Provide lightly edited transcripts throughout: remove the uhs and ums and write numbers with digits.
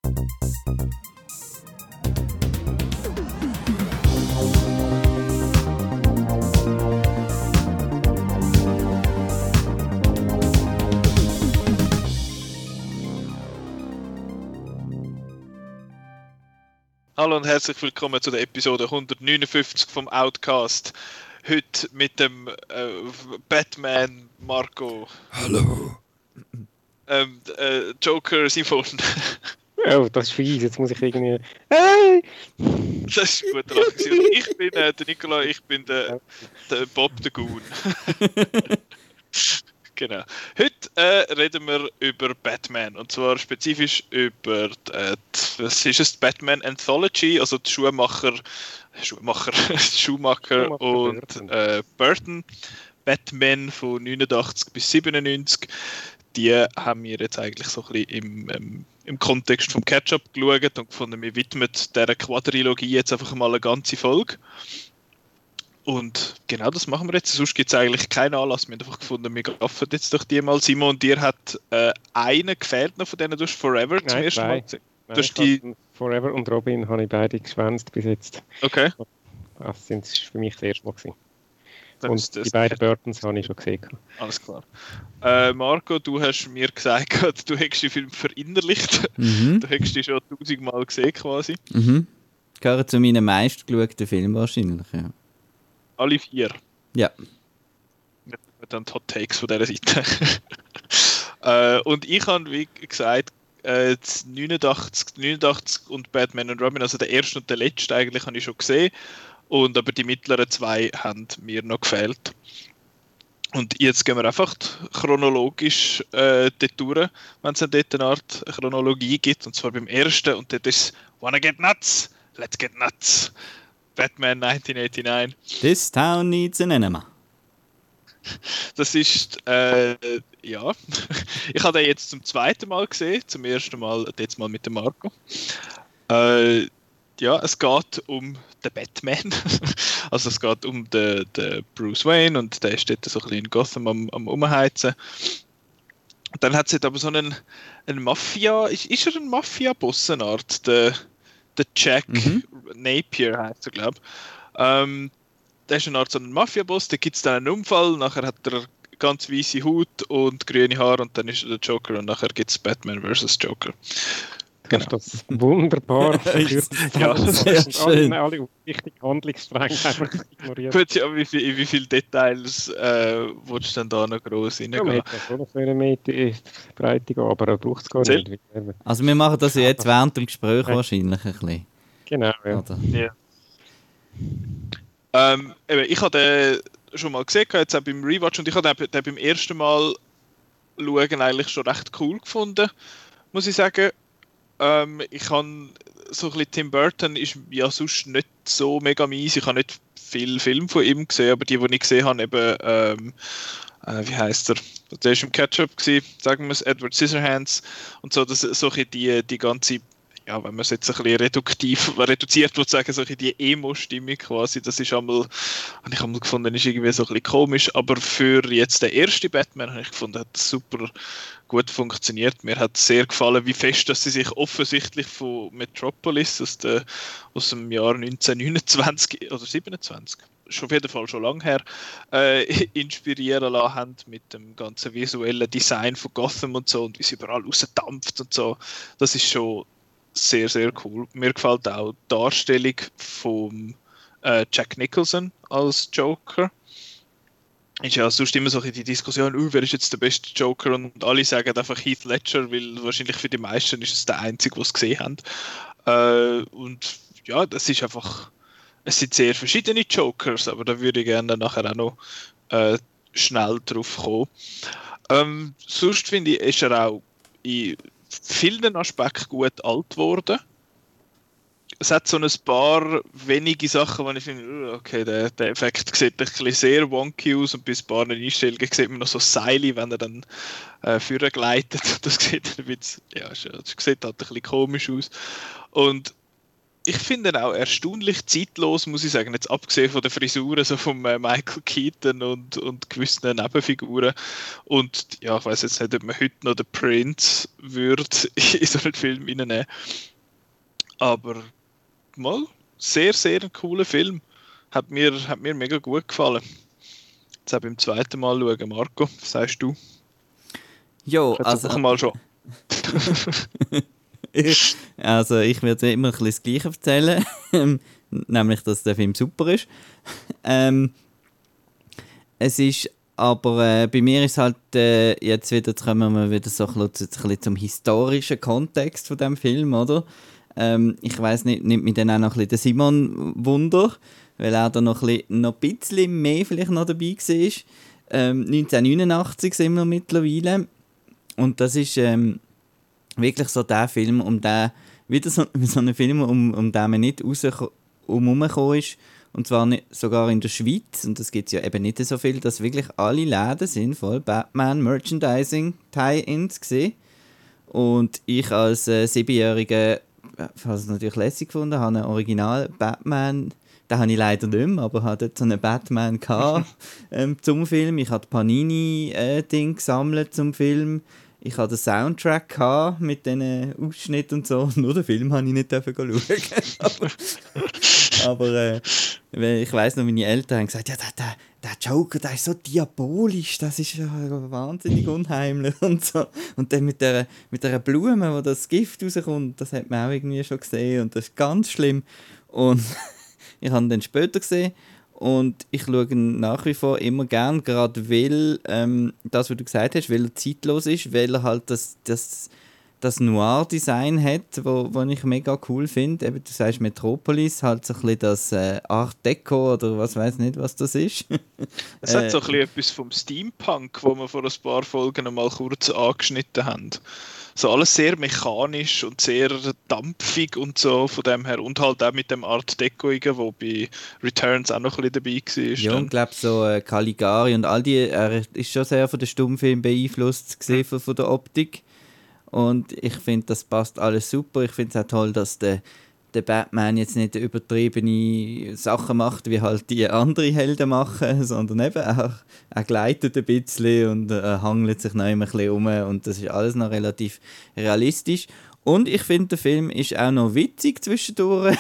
Hallo und herzlich willkommen zu der Episode 159 vom Outcast. Heute mit dem Batman Marco. Hallo. Joker Simon. Oh, das ist fies, jetzt muss ich irgendwie... Hey! Das ist eine gute Lache. Und ich bin der Nicola, ich bin der Bob the Goon. Genau. Heute reden wir über Batman, und zwar spezifisch über was ist es, Batman Anthology, also die Schumacher und Burton Batman von 89 bis 97. Die haben wir jetzt eigentlich so ein bisschen im Kontext vom Catch-up geschaut und gefunden, wir widmen dieser Quadrilogie jetzt einfach mal eine ganze Folge. Und genau das machen wir jetzt. Sonst gibt es eigentlich keinen Anlass. Wir haben einfach gefunden, wir gaffen jetzt doch die mal. Simon, dir hat einer gefehlt noch von denen, du hast Forever zum ersten Mal gesehen. Nein, Forever und Robin habe ich beide geschwänzt bis jetzt. Okay. Das sind für mich das erste Mal gewesen. Dann und die beiden Burtons habe ich schon gesehen. Alles klar. Marco, du hast mir gesagt, du hättest den Film verinnerlicht. Du hättest ihn schon 1000-mal gesehen quasi. Gehört zu meinen meistgeschauten Filmen wahrscheinlich, ja. Alle 4? Ja. Wir haben dann Hot Takes von dieser Seite. Und ich habe, wie gesagt, 89 und Batman und Robin, also der erste und der letzte eigentlich, habe ich schon gesehen. Aber die mittleren 2 haben mir noch gefehlt. Und jetzt gehen wir einfach chronologisch dort durch, wenn es dort eine Art Chronologie gibt. Und zwar beim ersten, und dort ist Wanna Get Nuts? Let's Get Nuts! Batman 1989. This town needs an enema. Das ist, ja. Ich habe den jetzt zum zweiten Mal gesehen. Zum ersten Mal, jetzt mal mit dem Marco. Ja, es geht um den Batman. Also es geht um den Bruce Wayne und der ist dort so ein bisschen in Gotham am Umheizen. Und dann hat es aber so einen Mafia, ist er ein Mafia-Boss, eine Art, der Jack Napier heißt er, glaube ich. Der ist eine Art so ein Mafia-Boss, da gibt es dann einen Unfall, nachher hat er ganz weiße Haut und grüne Haare und dann ist er der Joker und nachher gibt es Batman vs. Joker. Genau. Das ist wunderbar verkürzt. Ja, sehr schön. Alle wichtigen Handlungsstränge einfach ignoriert. Gut, ja, wie viele Details willst du denn da noch gross reingehen? Ja, man hätte schon noch eine Meter Breite gehen, aber er braucht es gar nicht. Also wir machen das ja jetzt während dem Gespräch wahrscheinlich ein bisschen. Genau, ja. Ich habe den schon mal gesehen, jetzt auch beim Rewatch, und ich habe den beim ersten Mal schauen eigentlich schon recht cool gefunden, muss ich sagen. Ich habe so ein bisschen Tim Burton ist ja sonst nicht so mega mies. Ich habe nicht viel Film von ihm gesehen, aber die ich gesehen habe, eben, wie heisst er? Der war im Catch-up gewesen, sagen wir es, Edward Scissorhands und so, das so ein bisschen die ganze, ja, wenn man es jetzt ein bisschen reduziert würde sagen, so die Emo-Stimmung quasi, das ist einmal, habe ich einmal gefunden, ist irgendwie so ein bisschen komisch, aber für jetzt den ersten Batman habe ich gefunden, hat das super gut funktioniert. Mir hat sehr gefallen, wie fest, dass sie sich offensichtlich von Metropolis aus dem Jahr 1929 oder 27, schon auf jeden Fall schon lange her, inspirieren lassen haben mit dem ganzen visuellen Design von Gotham und so und wie es überall rausdampft und so. Das ist schon sehr, sehr cool. Mir gefällt auch die Darstellung von Jack Nicholson als Joker. Ist ja sonst immer so die Diskussion, wer ist jetzt der beste Joker, und alle sagen einfach Heath Ledger, weil wahrscheinlich für die meisten ist es der Einzige, der es gesehen haben. Und ja, das ist einfach, es sind sehr verschiedene Jokers, aber da würde ich gerne nachher auch noch schnell drauf kommen. Sonst finde ich, ist er auch in vielen Aspekten gut alt geworden. Es hat so ein paar wenige Sachen, wo ich finde, okay, der Effekt sieht ein bisschen sehr wonky aus, und bei ein paar Einstellungen sieht man noch so Seile, wenn er dann vorne gleitet. Das sieht ein bisschen, ja, das sieht halt ein bisschen komisch aus. Und ich finde ihn auch erstaunlich zeitlos, muss ich sagen, jetzt abgesehen von der Frisur, also von Michael Keaton und gewissen Nebenfiguren. Und ja, ich weiß jetzt nicht, ob man heute noch den Prince würde in so einen Film reinnehmen. Aber mal, sehr, sehr ein cooler Film. Hat mir mega gut gefallen. Jetzt auch beim zweiten Mal schauen. Marco, was sagst du? Jo, Jetzt doch mal schon. Also ich werde immer ein bisschen das Gleiche erzählen, nämlich, dass der Film super ist. Es ist aber, bei mir ist halt, jetzt kommen wir wieder so ein bisschen zum historischen Kontext von dem Film, oder? Ich weiss nicht, nimmt mich dann auch noch ein bisschen der Simon Wunder, weil er da noch ein bisschen mehr vielleicht noch dabei war. 1989 sind wir mittlerweile. Und das ist wirklich so der Film, wieder so ein Film, um den man nicht herumgekommen ist. Und zwar nicht, sogar in der Schweiz, und das gibt es ja eben nicht so viel, dass wirklich alle Läden sind voll Batman Merchandising Tie-Ins gesehen. Und ich als 7-Jähriger habe es natürlich lässig gefunden, habe einen Original Batman, den habe ich leider nicht mehr, aber hatte so einen Batman zum Film. Ich hatte Panini-Ding gesammelt zum Film. Ich hatte den Soundtrack mit diesen Ausschnitten und so. Nur den Film habe ich nicht schauen. aber ich weiss noch, meine Eltern haben gesagt, ja, der Joker, der ist so diabolisch, das ist ja wahnsinnig unheimlich und so. Und dann mit der Blume, wo das Gift rauskommt, das hat man auch irgendwie schon gesehen und das ist ganz schlimm. Und ich habe ihn dann später gesehen. Und ich schaue ihn nach wie vor immer gern, gerade weil, das, was du gesagt hast, weil er zeitlos ist, weil er halt das Noir-Design hat, wo ich mega cool finde. Eben, du sagst Metropolis, halt so ein bisschen das Art Deco oder was weiß nicht, was das ist. Es hat so ein bisschen etwas vom Steampunk, wo wir vor ein paar Folgen mal kurz angeschnitten haben. So alles sehr mechanisch und sehr dampfig und so von dem her. Und halt auch mit dem Art Deco, wo bei Returns auch noch ein bisschen dabei war. Ja, ich glaube so Caligari und all die, er ist schon sehr von den Stummfilmen beeinflusst gesehen, von der Optik. Und ich finde, das passt alles super. Ich finde es auch toll, dass der Batman jetzt nicht übertriebene Sachen macht, wie halt die andere Helden machen, sondern eben er gleitet ein bisschen und hangelt sich noch immer ein bisschen um. Und das ist alles noch relativ realistisch. Und ich finde, der Film ist auch noch witzig zwischendurch.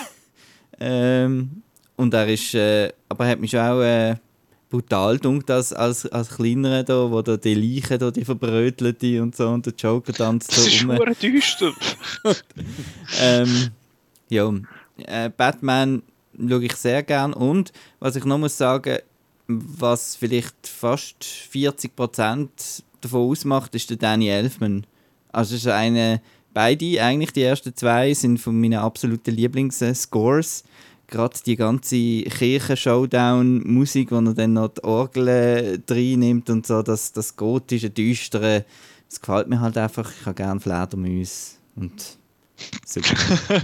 Und er ist, aber hat mich schon auch brutal dunkt als Kleinerer da, wo da die Leichen da, die verbrötelte und so, und der Joker tanzt das so rum. Das ist düster. Ja, Batman schaue ich sehr gern. Und was ich noch muss sagen, was vielleicht fast 40% davon ausmacht, ist der Danny Elfman. Also ist beide, eigentlich die ersten zwei, sind von meinen absoluten Lieblings-Scores. Gerade die ganze Kirchen-Showdown-Musik, wo er dann noch die Orgel reinnimmt und so, das gotische, düstere, das gefällt mir halt einfach. Ich habe gerne Fledermäuse und super.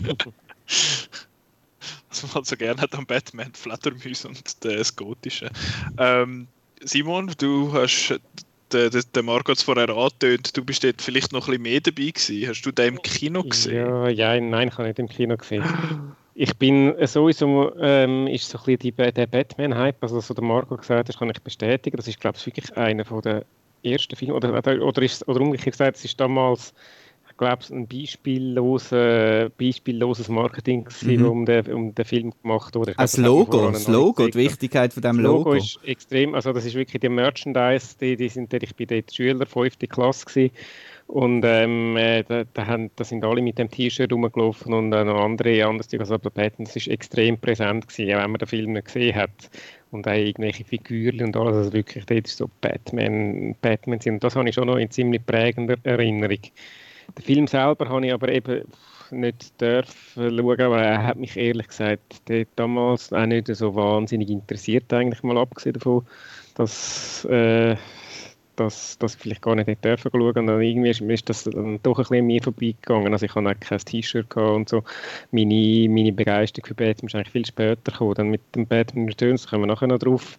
Was man halt so gerne hat am Batman, Fledermäuse und das Gotische. Simon, du hast den Marco vorher angetönt, du bist dort vielleicht noch ein bisschen mehr dabei gewesen. Hast du den im Kino gesehen? Ja, nein, ich habe nicht im Kino gesehen. Ich bin sowieso, ist so ein bisschen der Batman-Hype, also was der Marco gesagt hat, kann ich bestätigen. Das ist, glaube ich, wirklich einer der ersten Filme, oder umgekehrt gesagt, es ist damals, ich glaube, ein beispielloses Marketing gewesen, um den Film gemacht wurde. Das Logo, die Wichtigkeit von dem Logo. Das Logo ist extrem, also das ist wirklich die Merchandise, ich bin dort Schüler, 5. Klasse gewesen. Und da sind alle mit dem T-Shirt rumgelaufen und noch andere Dinge. Also Batman, das ist extrem präsent gewesen, auch wenn man den Film nicht gesehen hat. Und auch irgendwelche Figuren und alles, also wirklich, dort ist so Batman sind. Und das habe ich schon noch in ziemlich prägender Erinnerung. Den Film selber habe ich aber eben nicht dürfen schauen, aber er hat mich ehrlich gesagt damals auch nicht so wahnsinnig interessiert, eigentlich mal abgesehen davon, dass ich vielleicht gar nicht hätte dürfen schauen. Und dann irgendwie ist das dann doch ein bisschen an mir vorbeigegangen. Also ich hatte auch kein T-Shirt und so. Meine Begeisterung für Batman ist eigentlich viel später gekommen. Dann mit dem Batman Returns kommen wir nachher noch drauf.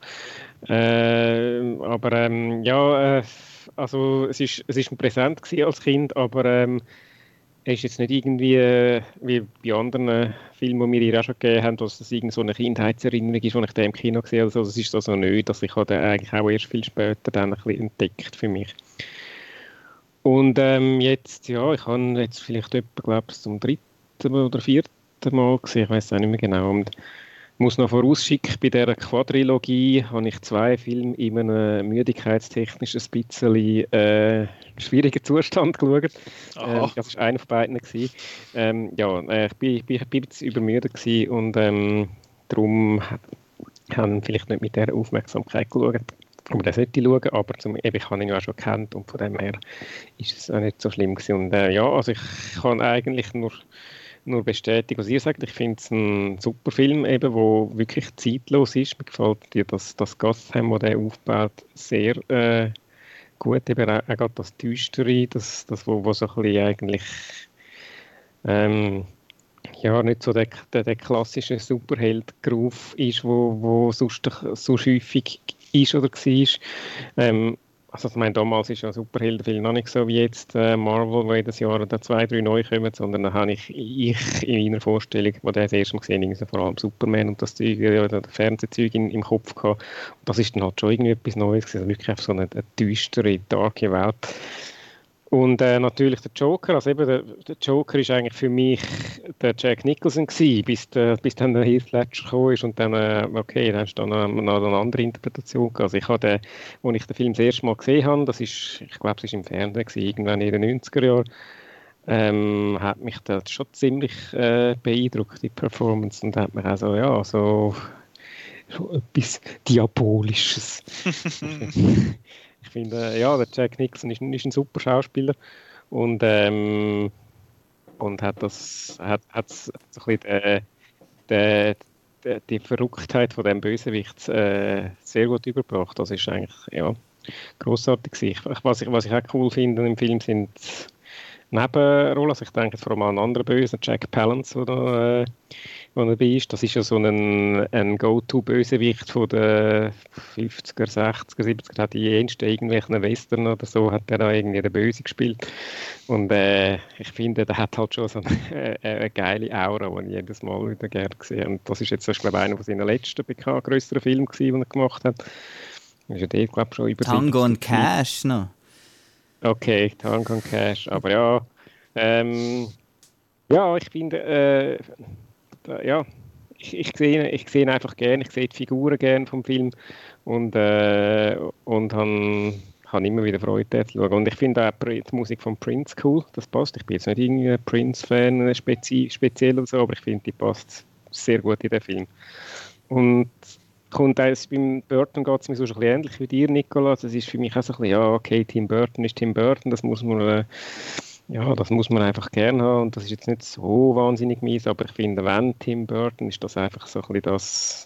Also es ist ein Präsent gewesen als Kind, aber er ist jetzt nicht irgendwie wie bei anderen Filmen, die mir auch schon gegeben haben, dass das irgend so eine Kindheitserinnerung ist, die ich den im Kino gesehen habe. Also, das ist also nicht, dass ich den eigentlich auch erst viel später dann ein bisschen entdeckt für mich. Und jetzt, ja, ich habe jetzt vielleicht etwa, glaube ich, zum 3. oder 4. Mal gesehen, ich weiß auch nicht mehr genau. Und ich muss noch vorausschicken, bei dieser Quadrilogie habe ich 2 Filme in einem müdigkeitstechnisch ein bisschen schwierigen Zustand geschaut. Das war einer von beiden. Ich bin ein bisschen übermüdet gewesen und darum habe ich vielleicht nicht mit dieser Aufmerksamkeit geschaut. Aber das sollte ich schauen, aber ich habe ihn ja auch schon gekannt und von dem her ist es auch nicht so schlimm gewesen. Und also ich kann eigentlich nur bestätigen, was ihr sagt. Ich finde es ein super Film, der wirklich zeitlos ist. Mir gefällt dir das Gotham, das er aufbaut, sehr gut. Eben auch gerade das Düstere, das wo so ein bisschen eigentlich nicht so der klassische Superheld-Groove ist, wo sonst so häufig ist oder war. Also ich meine, damals ist ja Superheldenfilm noch nicht so wie jetzt Marvel, wo jedes Jahr 2, 3 neu kommen, sondern dann habe ich in meiner Vorstellung, wo der das erste Mal gesehen habe, vor allem Superman und das Zeug, das Fernsehzeug im Kopf gehabt. Und das ist dann halt schon irgendwie etwas Neues gewesen, also wirklich einfach so eine düstere, darke Welt. Und natürlich der Joker, also eben der Joker ist eigentlich für mich der Jack Nicholson gewesen, bis dann der Heath Ledger gekommen ist und dann, dann ist dann noch eine andere Interpretation gehabt. Also ich habe als ich den Film das erste Mal gesehen habe, ich glaube, es war im Fernsehen gewesen, irgendwann in den 90er Jahren, hat mich das schon ziemlich beeindruckt, die Performance, und hat mich auch so etwas Diabolisches. Ich finde, der Jack Nicholson ist ein super Schauspieler und hat so ein bisschen die Verrücktheit von dem Bösewicht sehr gut überbracht. Das ist eigentlich grossartig. Was ich auch cool finde im Film sind Nebenrollen. Also ich denke vor allem an einen anderen Bösen, Jack Palance, der dabei ist. Das ist ja so ein Go-To-Bösewicht von den 50er, 60er, 70er. Hat in irgendwelchen Western oder so hat er da irgendwie den Böse gespielt. Und ich finde, der hat halt schon so eine geile Aura, die ich jedes Mal wieder gerne gesehen habe. Und das ist jetzt, glaube ich, einer von seinen letzten grösseren Filmen gewesen, den er gemacht hat. Das ist ja der, glaube ich, schon über Tango und Cash noch. Okay, Tango und Cash. Aber ich finde, ich sehe ihn einfach gerne, ich sehe die Figuren gerne vom Film und habe immer wieder Freude, den zu schauen. Und ich finde auch die Musik von Prince cool, das passt. Ich bin jetzt nicht irgendwie Prince-Fan speziell oder so, aber ich finde, die passt sehr gut in den Film. Und beim Burton geht es mir so ein bisschen ähnlich wie dir, Nicolas. Das ist für mich auch so ein bisschen, okay, Tim Burton ist Tim Burton, das muss man einfach gerne haben. Und das ist jetzt nicht so wahnsinnig mies, aber ich finde, wenn Tim Burton, ist das einfach so ein bisschen das.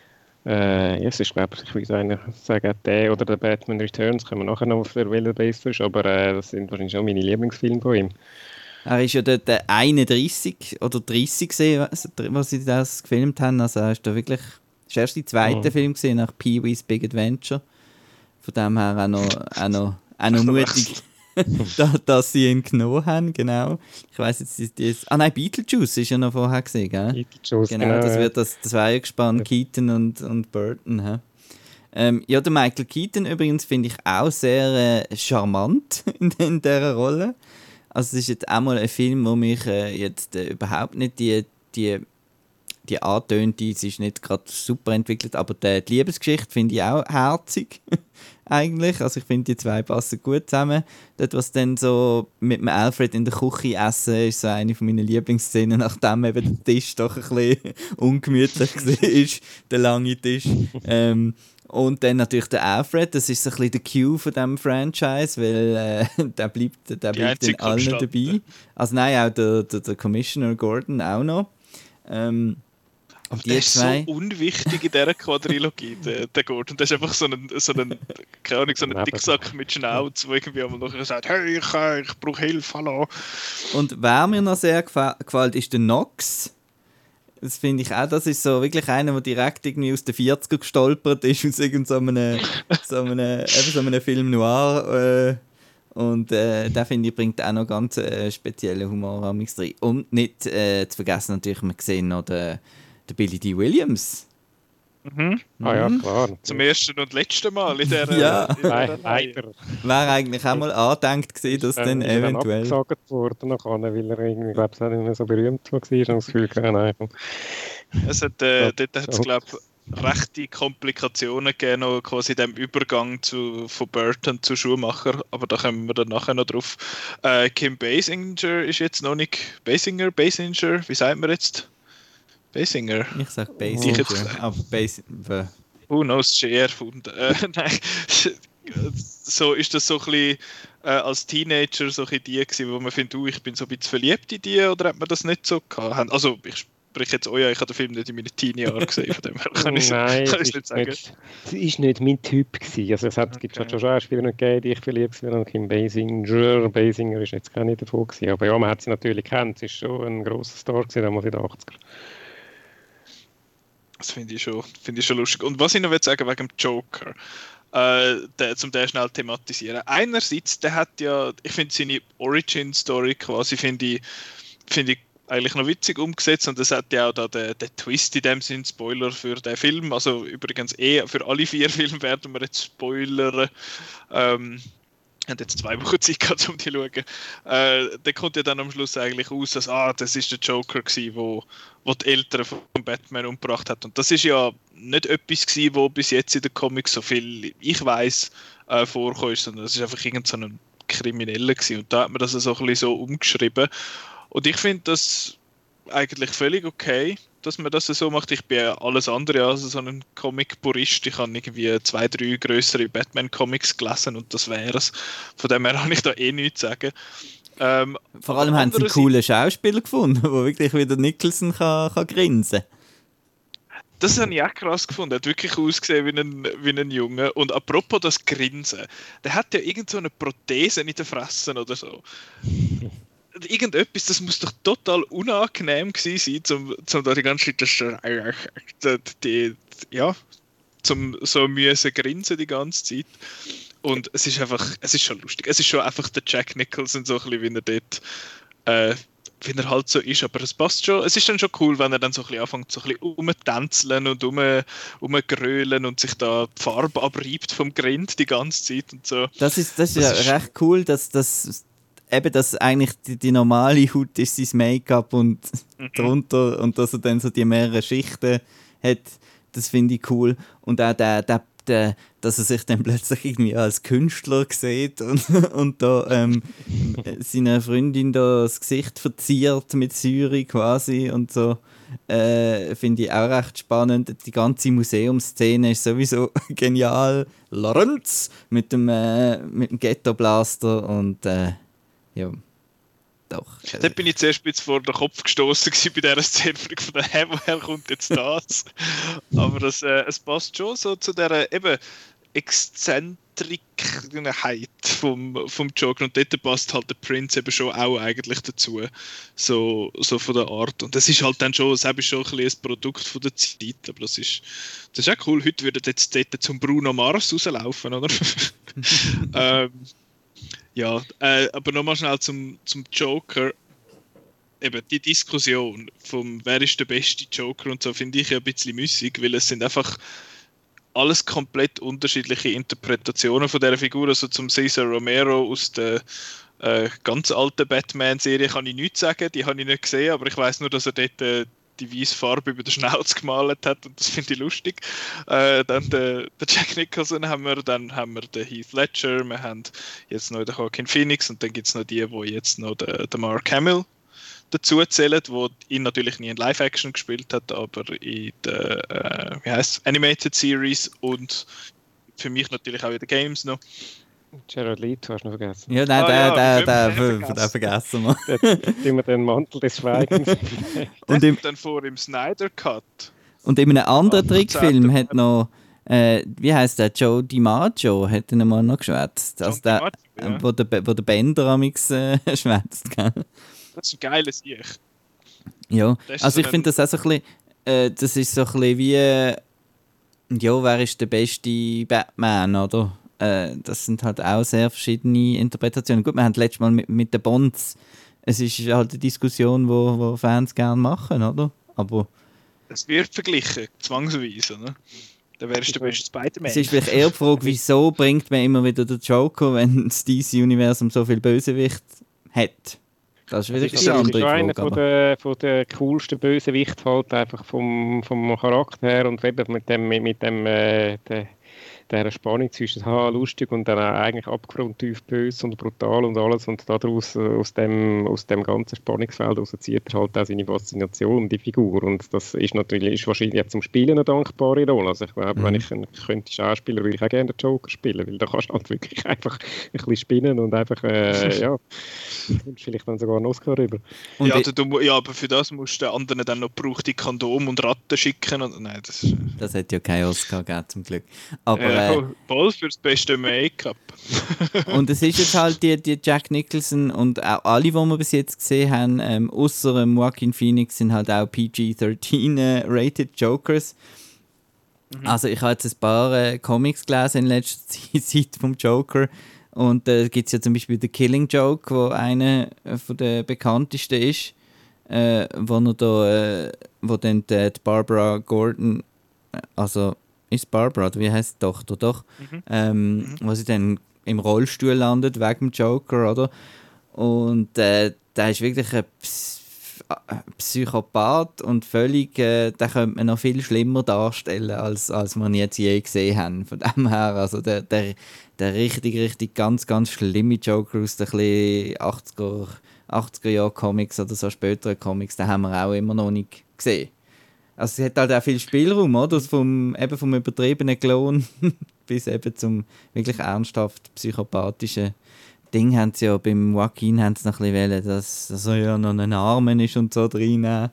Es ist, glaube ich würde sagen, der oder der Batman Returns, können wir nachher noch auf der Welle besser ist, aber das sind wahrscheinlich schon meine Lieblingsfilme von ihm. Er ist ja dort 31 oder 30 gesehen, was sie das gefilmt haben. Also er ist da wirklich. Das war erst der zweite Film gesehen nach Pee-wee's Big Adventure. Von dem her auch noch mutig, dass sie ihn genommen haben, genau. Ich weiss jetzt, nein, Beetlejuice ist ja noch vorher gesehen, gell? Beetlejuice, genau. Das war ja gespannt, Keaton und Burton. Der Michael Keaton übrigens finde ich auch sehr charmant in dieser Rolle. Also es ist jetzt auch mal ein Film, wo mich jetzt überhaupt nicht die antönt, die ist nicht gerade super entwickelt, aber die Liebesgeschichte finde ich auch herzig, eigentlich. Also ich finde, die zwei passen gut zusammen. Dort, was dann so mit dem Alfred in der Küche essen, ist so eine meiner Lieblingsszenen, nachdem eben der Tisch doch ein bisschen ungemütlich war, der lange Tisch. Und dann natürlich der Alfred, das ist so ein bisschen der Cue von diesem Franchise, weil der bleibt in allen dabei. Also nein, auch der Commissioner Gordon auch noch. Aber der ist so unwichtig in dieser Quadrilogie, der Gordon. Der ist einfach so ein Dicksack mit Schnauz, der irgendwie einmal nachher sagt, hey, ich brauche Hilfe, hallo. Und wer mir noch sehr gefällt, ist der Knox. Das finde ich auch, das ist so wirklich einer, der direkt irgendwie aus den 40er gestolpert ist, aus irgendeinem so einem Film Noir. Und der, finde ich, bringt auch noch ganz speziellen Humor an mich rein. Und nicht zu vergessen, natürlich, wir sehen noch den Billy D. Williams. Mhm. Ah ja, klar. Zum ersten und letzten Mal in der Ja. in dieser Reihe. Leider. Wäre eigentlich auch mal angedenkt gewesen, dass dann Ist er eventuell... abgesagt worden nachher, weil er irgendwie, glaube ich, nicht mehr so berühmt war. Ich habe das Gefühl, nein. Es hat, dort hat es, glaube ich, rechte Komplikationen gegeben, noch quasi in dem Übergang von Burton zu Schumacher, aber da kommen wir dann nachher noch drauf. Kim Basinger ist jetzt noch nicht... Basinger, wie sagt man jetzt? Basinger? Ich sage Basinger, aber Basinger... Who knows, ist eher erfunden. Nein, so ist das so ein bisschen als Teenager so ein bisschen die gewesen, wo man findet, ich bin so ein bisschen verliebt in die, oder hat man das nicht so gehabt? Also ich spreche jetzt euch, ich habe den Film nicht in meinen Teenie-Jahren gesehen, von dem her kann ich es nicht sagen. Es war nicht mein Typ gewesen. Also es gibt schon Schauspieler nicht gegeben, die ich verliebt war. Kim Basinger. Basinger ist jetzt gar nicht davon gewesen. Aber ja, man hat sie natürlich kennt. Sie ist schon ein grosser Star gewesen, damals in den 80er. Das finde ich schon lustig. Und was ich noch sagen will, wegen dem Joker, zum den schnell thematisieren. Einerseits, der hat ja, ich finde seine Origin-Story quasi, finde ich eigentlich noch witzig umgesetzt, und das hat ja auch da den Twist in dem Sinn, Spoiler für den Film, also übrigens für alle 4 Filme werden wir jetzt spoilern. Ich habe jetzt 2 Wochen Zeit gehabt, um die zu schauen. Der kommt ja dann am Schluss eigentlich raus, dass das ist der Joker gewesen, wo die Eltern von Batman umgebracht hat. Und das ist ja nicht etwas gewesen, wo bis jetzt in den Comics so viel, ich weiss, vorkommt, sondern das ist einfach irgend so ein Krimineller gewesen. Und da hat man das so ein bisschen so umgeschrieben. Und ich finde das eigentlich völlig okay, dass man das so macht. Ich bin ja alles andere als so ein Comic-Purist. Ich habe irgendwie 2, 3 grössere Batman-Comics gelesen und das wäre es. Von dem her habe ich da nichts zu sagen. Vor allem haben sie einen coolen Schauspieler gefunden, der wirklich wieder Nicholson kann grinsen. Das habe ich auch krass gefunden. Er hat wirklich ausgesehen wie ein Junge. Und apropos das Grinsen, der hat ja irgend so eine Prothese in den Fressen oder so. Irgendetwas, das muss doch total unangenehm gewesen sein, zum da die ganze Zeit zum so müssen grinsen die ganze Zeit. Und es ist schon lustig. Es ist schon einfach der Jack Nicholson, so ein bisschen, wie er dort, wie er halt so ist, aber es passt schon. Es ist dann schon cool, wenn er dann so ein bisschen anfängt, so ein bisschen rumtänzeln und rumgrölen und sich da die Farbe abreibt vom Grind die ganze Zeit und so. Das ist ja recht cool, dass eigentlich die normale Haut ist, sein Make-up und drunter, und dass er dann so die mehreren Schichten hat, das finde ich cool. Und auch dass er sich dann plötzlich irgendwie als Künstler sieht und da seiner Freundin da das Gesicht verziert mit Säure quasi und so, finde ich auch recht spannend. Die ganze Museumsszene ist sowieso genial. Lorenz mit dem Ghetto-Blaster und ja, doch. Dort bin ich zuerst ein bisschen vor den Kopf gestoßen bei dieser Szene, von der woher kommt jetzt das? Aber es passt schon so zu dieser eben Exzentrikheit vom Joker, und dort passt halt der Prince eben schon auch eigentlich dazu, so von der Art. Und das ist halt dann schon, selbst schon ein bisschen ein Produkt von der Zeit, aber das ist auch cool. Heute würde jetzt dort zum Bruno Mars rauslaufen, oder? Ja, aber nochmal schnell zum Joker. Eben die Diskussion vom wer ist der beste Joker und so finde ich ja ein bisschen müßig, weil es sind einfach alles komplett unterschiedliche Interpretationen von dieser Figur. Also zum Cesar Romero aus der ganz alten Batman-Serie kann ich nichts sagen, die habe ich nicht gesehen, aber ich weiß nur, dass er dort die weiße Farbe über den Schnauz gemalt hat, und das finde ich lustig. Dann der Jack Nicholson dann haben wir den Heath Ledger, wir haben jetzt noch den Joaquin Phoenix, und dann gibt es noch die jetzt noch den Mark Hamill dazu zählen, der ihn natürlich nie in Live-Action gespielt hat, aber in der Animated Series und für mich natürlich auch in den Games noch. Jared Leto hast du noch vergessen. Ja, nein, den vergessen wir. Jetzt wir den Mantel des Schweigens. Und dann vor im Snyder Cut. Und in einem anderen Trickfilm hat noch, wie heisst der, Joe DiMaggio, hat ihn mal noch geschwätzt. Also der, wo der Bender amix schwätzt, gell? Das ist ein geiles Ich. Ja, also ich finde das auch so ein bisschen, das ist so ein bisschen wie, ja, wer ist der beste Batman, oder? das sind halt auch sehr verschiedene Interpretationen. Gut, wir haben letztes Mal mit den Bonds, es ist halt eine Diskussion, wo Fans gerne machen, oder? Aber es wird verglichen, zwangsweise, ne? Dann wärst du der beste Spider-Man. es ist vielleicht eher die Frage, wieso bringt man immer wieder den Joker, wenn das DC-Universum so viel Bösewicht hat? Das ist wieder Das ist eine schon andere Frage. einer von der coolsten Bösewichte halt einfach vom Charakter her und eben mit der Spannung zwischen lustig und dann auch eigentlich abgrundtief böse und brutal und alles und daraus aus dem ganzen Spannungsfeld raus zieht er halt auch seine Faszination, die Figur, und das ist wahrscheinlich jetzt zum Spielen eine dankbare Rolle. Also ich glaube, wenn ich könnte Schauspieler, würde ich auch gerne den Joker spielen, weil da kannst du halt wirklich einfach ein bisschen spinnen und einfach vielleicht dann sogar einen Oscar rüber. Und aber für das musst du den anderen dann noch gebrauchte Kondom und Ratten schicken. Und, nein, das hat ja keinen Oscar gegeben, zum Glück. Aber, voll für das beste Make-up. und es ist jetzt halt die Jack Nicholson und auch alle, die wir bis jetzt gesehen haben, außer Joaquin Phoenix, sind halt auch PG-13 rated Jokers. Also ich habe jetzt ein paar Comics gelesen in letzter Zeit vom Joker. Und da gibt es ja zum Beispiel The Killing Joke, wo einer von der bekanntesten ist, wo dann die Barbara Gordon, also ist Barbara, oder wie heisst die Tochter, doch? Wo sie dann im Rollstuhl landet, wegen dem Joker, oder? Und der ist wirklich ein Psychopath und völlig, den könnte man noch viel schlimmer darstellen, als wir ihn jetzt je gesehen haben. Von dem her, also der richtig ganz, ganz schlimme Joker aus den 80er-Jahr-Comics oder so späteren Comics, den haben wir auch immer noch nicht gesehen. Also es hat halt auch viel Spielraum, oder? Vom übertriebenen Klon bis eben zum wirklich ernsthaft psychopathischen Ding haben sie ja beim Joaquin haben sie noch ein bisschen wollen, dass er ja noch ein Armen ist und so drin. Ja.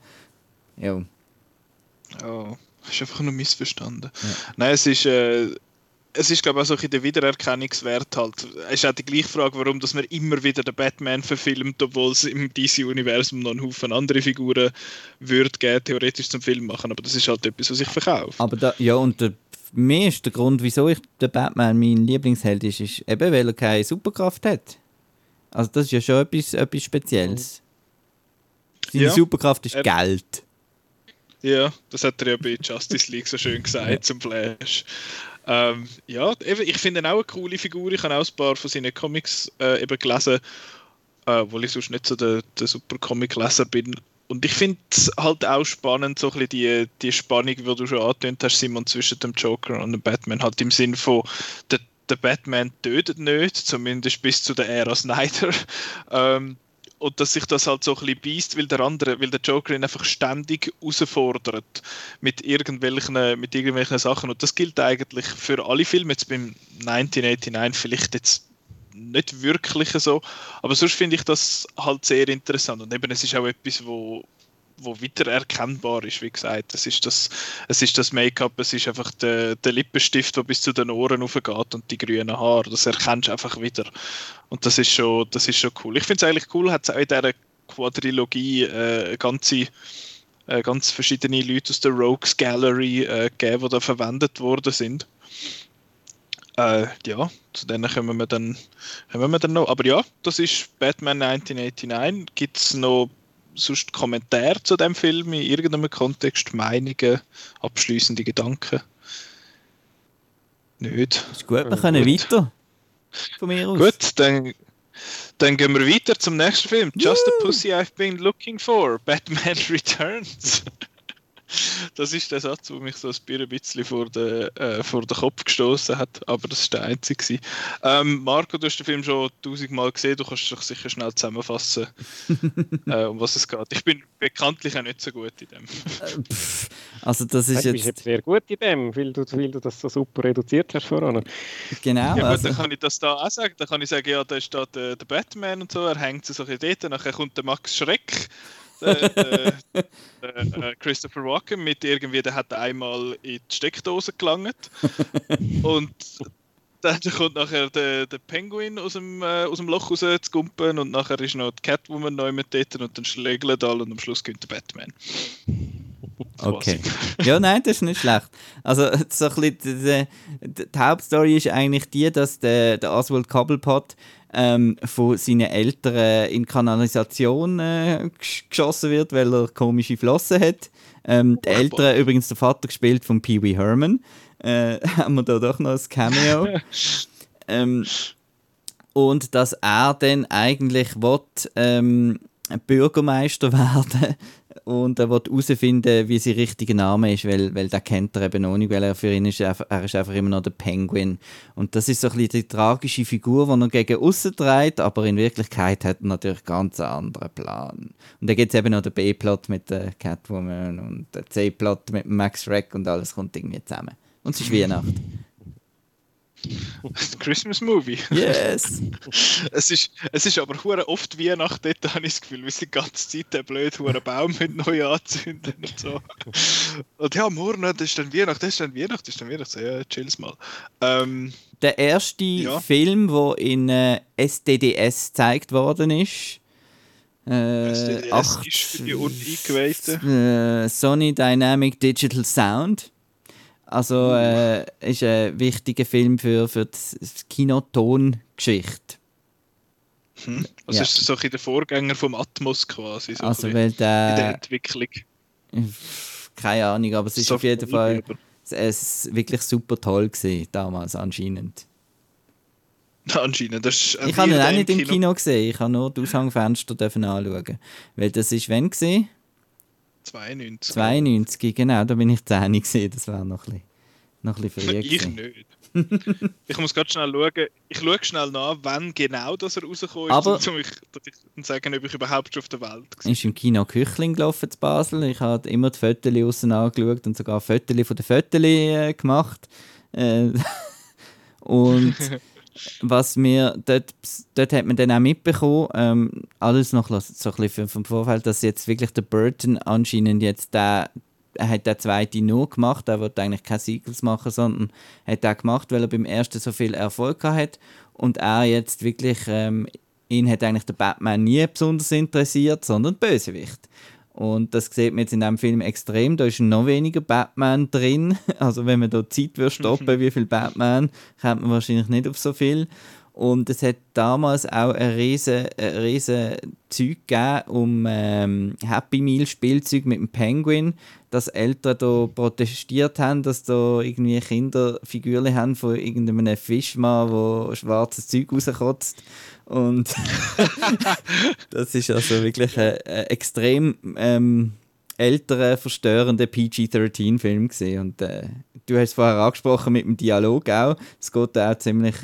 Oh, hast einfach nur missverstanden. Ja. Nein, es ist glaube ich auch so ein der Wiedererkennungswert halt. Es ist auch die gleiche Frage, warum dass man immer wieder den Batman verfilmt, obwohl es im DC-Universum noch einen Haufen andere Figuren würde geben, theoretisch zum Film machen. Aber das ist halt etwas, was ich verkaufe. Aber mir ist der Grund, wieso ich der Batman mein Lieblingsheld ist eben, weil er keine Superkraft hat. Also das ist ja schon etwas Spezielles. Seine Superkraft ist Geld. Ja, das hat er ja bei Justice League so schön gesagt zum Flash. Ich finde ihn auch eine coole Figur. Ich habe auch ein paar von seinen Comics eben gelesen, obwohl ich sonst nicht so der super Comic-Leser bin. Und ich finde es halt auch spannend, so ein bisschen die Spannung, die du schon angetönt hast, Simon, zwischen dem Joker und dem Batman. Halt im Sinn von, der Batman tötet nicht, zumindest bis zu der Ära Snyder. Und dass sich das halt so ein bisschen beißt, weil der Joker ihn einfach ständig herausfordert mit irgendwelchen Sachen. Und das gilt eigentlich für alle Filme. Jetzt beim 1989 vielleicht jetzt nicht wirklich so, aber sonst finde ich das halt sehr interessant. Und eben, es ist auch etwas, wo wieder erkennbar ist, wie gesagt. Es ist das Make-up, es ist einfach der Lippenstift, der bis zu den Ohren raufgeht und die grünen Haare. Das erkennst du einfach wieder. Und das ist schon cool. Ich finde es eigentlich cool, hat es auch in dieser Quadrilogie ganz verschiedene Leute aus der Rogues Gallery gegeben, die da verwendet worden sind. Zu denen kommen wir dann noch. Aber ja, das ist Batman 1989. Gibt es noch sonst Kommentare zu dem Film in irgendeinem Kontext, Meinungen, abschließende Gedanken? Nicht. Ist gut, wir können weiter. Von mir aus. Gut, dann gehen wir weiter zum nächsten Film. Just the Pussy I've been looking for. Batman Returns. Das ist der Satz, der mich so ein bisschen vor den Kopf gestoßen hat, aber das war der einzige. Marco, du hast den Film schon 1000-mal gesehen, du kannst dich sicher schnell zusammenfassen, um was es geht. Ich bin bekanntlich auch nicht so gut in dem. Also das ist du bist jetzt sehr gut in dem, weil du das so super reduziert hast voran. Genau. Ja, gut, dann kann ich das da auch sagen. Dann kann ich sagen, ja, da ist da der Batman und so, er hängt so ein bisschen dort, nachher kommt der Max Schreck. Christopher Walken mit irgendwie, der hat einmal in die Steckdose gelangt und dann kommt nachher der Penguin aus dem Loch raus zu gumpen und nachher ist noch die Catwoman neu mit dort und dann schlägelt alle und am Schluss kommt der Batman. Okay. Ja, nein, das ist nicht schlecht. Also, so ein bisschen, die Hauptstory ist eigentlich die, dass der Oswald Cobblepot von seinen Eltern in Kanalisation geschossen wird, weil er komische Flossen hat. Die Eltern, übrigens der Vater gespielt von Pee Wee Herman, haben wir da doch noch ein Cameo. Und dass er dann eigentlich Bürgermeister werden und er will herausfinden, wie sein richtiger Name ist, weil den kennt er eben noch nicht, weil er für ihn ist, er ist einfach immer noch der Penguin. Und das ist so ein bisschen die tragische Figur, die er gegen aussen trägt, aber in Wirklichkeit hat er natürlich ganz einen anderen Plan. Und dann gibt es eben noch den B-Plot mit der Catwoman und den C-Plot mit Max Schreck und alles kommt irgendwie zusammen. Und es ist Weihnachten. Christmas Movie. Yes! Es ist aber hure oft Weihnachten, dort habe ich das Gefühl, wir sind die ganze Zeit den blöden Baum mit neu anzünden und so. Und ja, morgen, das ist dann Weihnachten, so, ja, chill's mal. Der erste Film, der in SDDS gezeigt worden ist, SDDS ist für die Uneingeweihten. Sony Dynamic Digital Sound. Also ist ein wichtiger Film für die Kinotongeschichte. Also ist das so ein der Vorgänger vom Atmos quasi, so also weil in der Entwicklung. Keine Ahnung, aber es ist so auf jeden Fall wirklich super toll gewesen, damals anscheinend. Anscheinend. Das ich habe ihn auch nicht im Kino gesehen, ich habe nur die Aushangfenster anschauen. Weil das ist wann gewesen? 92, genau, da bin ich 10 gesehen, das war noch ein bisschen früh. Ich nicht. Ich muss gerade schnell schauen, ich schaue schnell nach, wann genau das er rausgekommen ist, aber um zu sagen, ob ich überhaupt schon auf der Welt war. Ist im Kino Küchling gelaufen zu Basel, ich habe immer die Fotos aussen angeschaut und sogar Fotos von den Fotos gemacht. Und was mir dort hat man dann auch mitbekommen, alles noch so ein bisschen vom Vorfeld, dass jetzt wirklich der Burton anscheinend jetzt er hat den zweiten nur gemacht, er wollte eigentlich keine Sequels machen, sondern hat er gemacht, weil er beim ersten so viel Erfolg hat und er jetzt wirklich, ihn hat eigentlich der Batman nie besonders interessiert, sondern der Bösewicht. Und das sieht man jetzt in diesem Film extrem. Da ist noch weniger Batman drin. Also wenn man da Zeit stoppen wie viel Batman, kommt man wahrscheinlich nicht auf so viel. Und es hat damals auch ein riesen Zeug gegeben um Happy Meal Spielzeug mit dem Penguin, dass Eltern da protestiert haben, dass da irgendwie Kinderfiguren haben von irgendeinem Fischmann, der schwarzes Zeug rauskotzt. Und das ist also wirklich ein extrem älterer, verstörender PG-13-Film gewesen. Und du hast es vorher angesprochen mit dem Dialog auch. Es geht auch ziemlich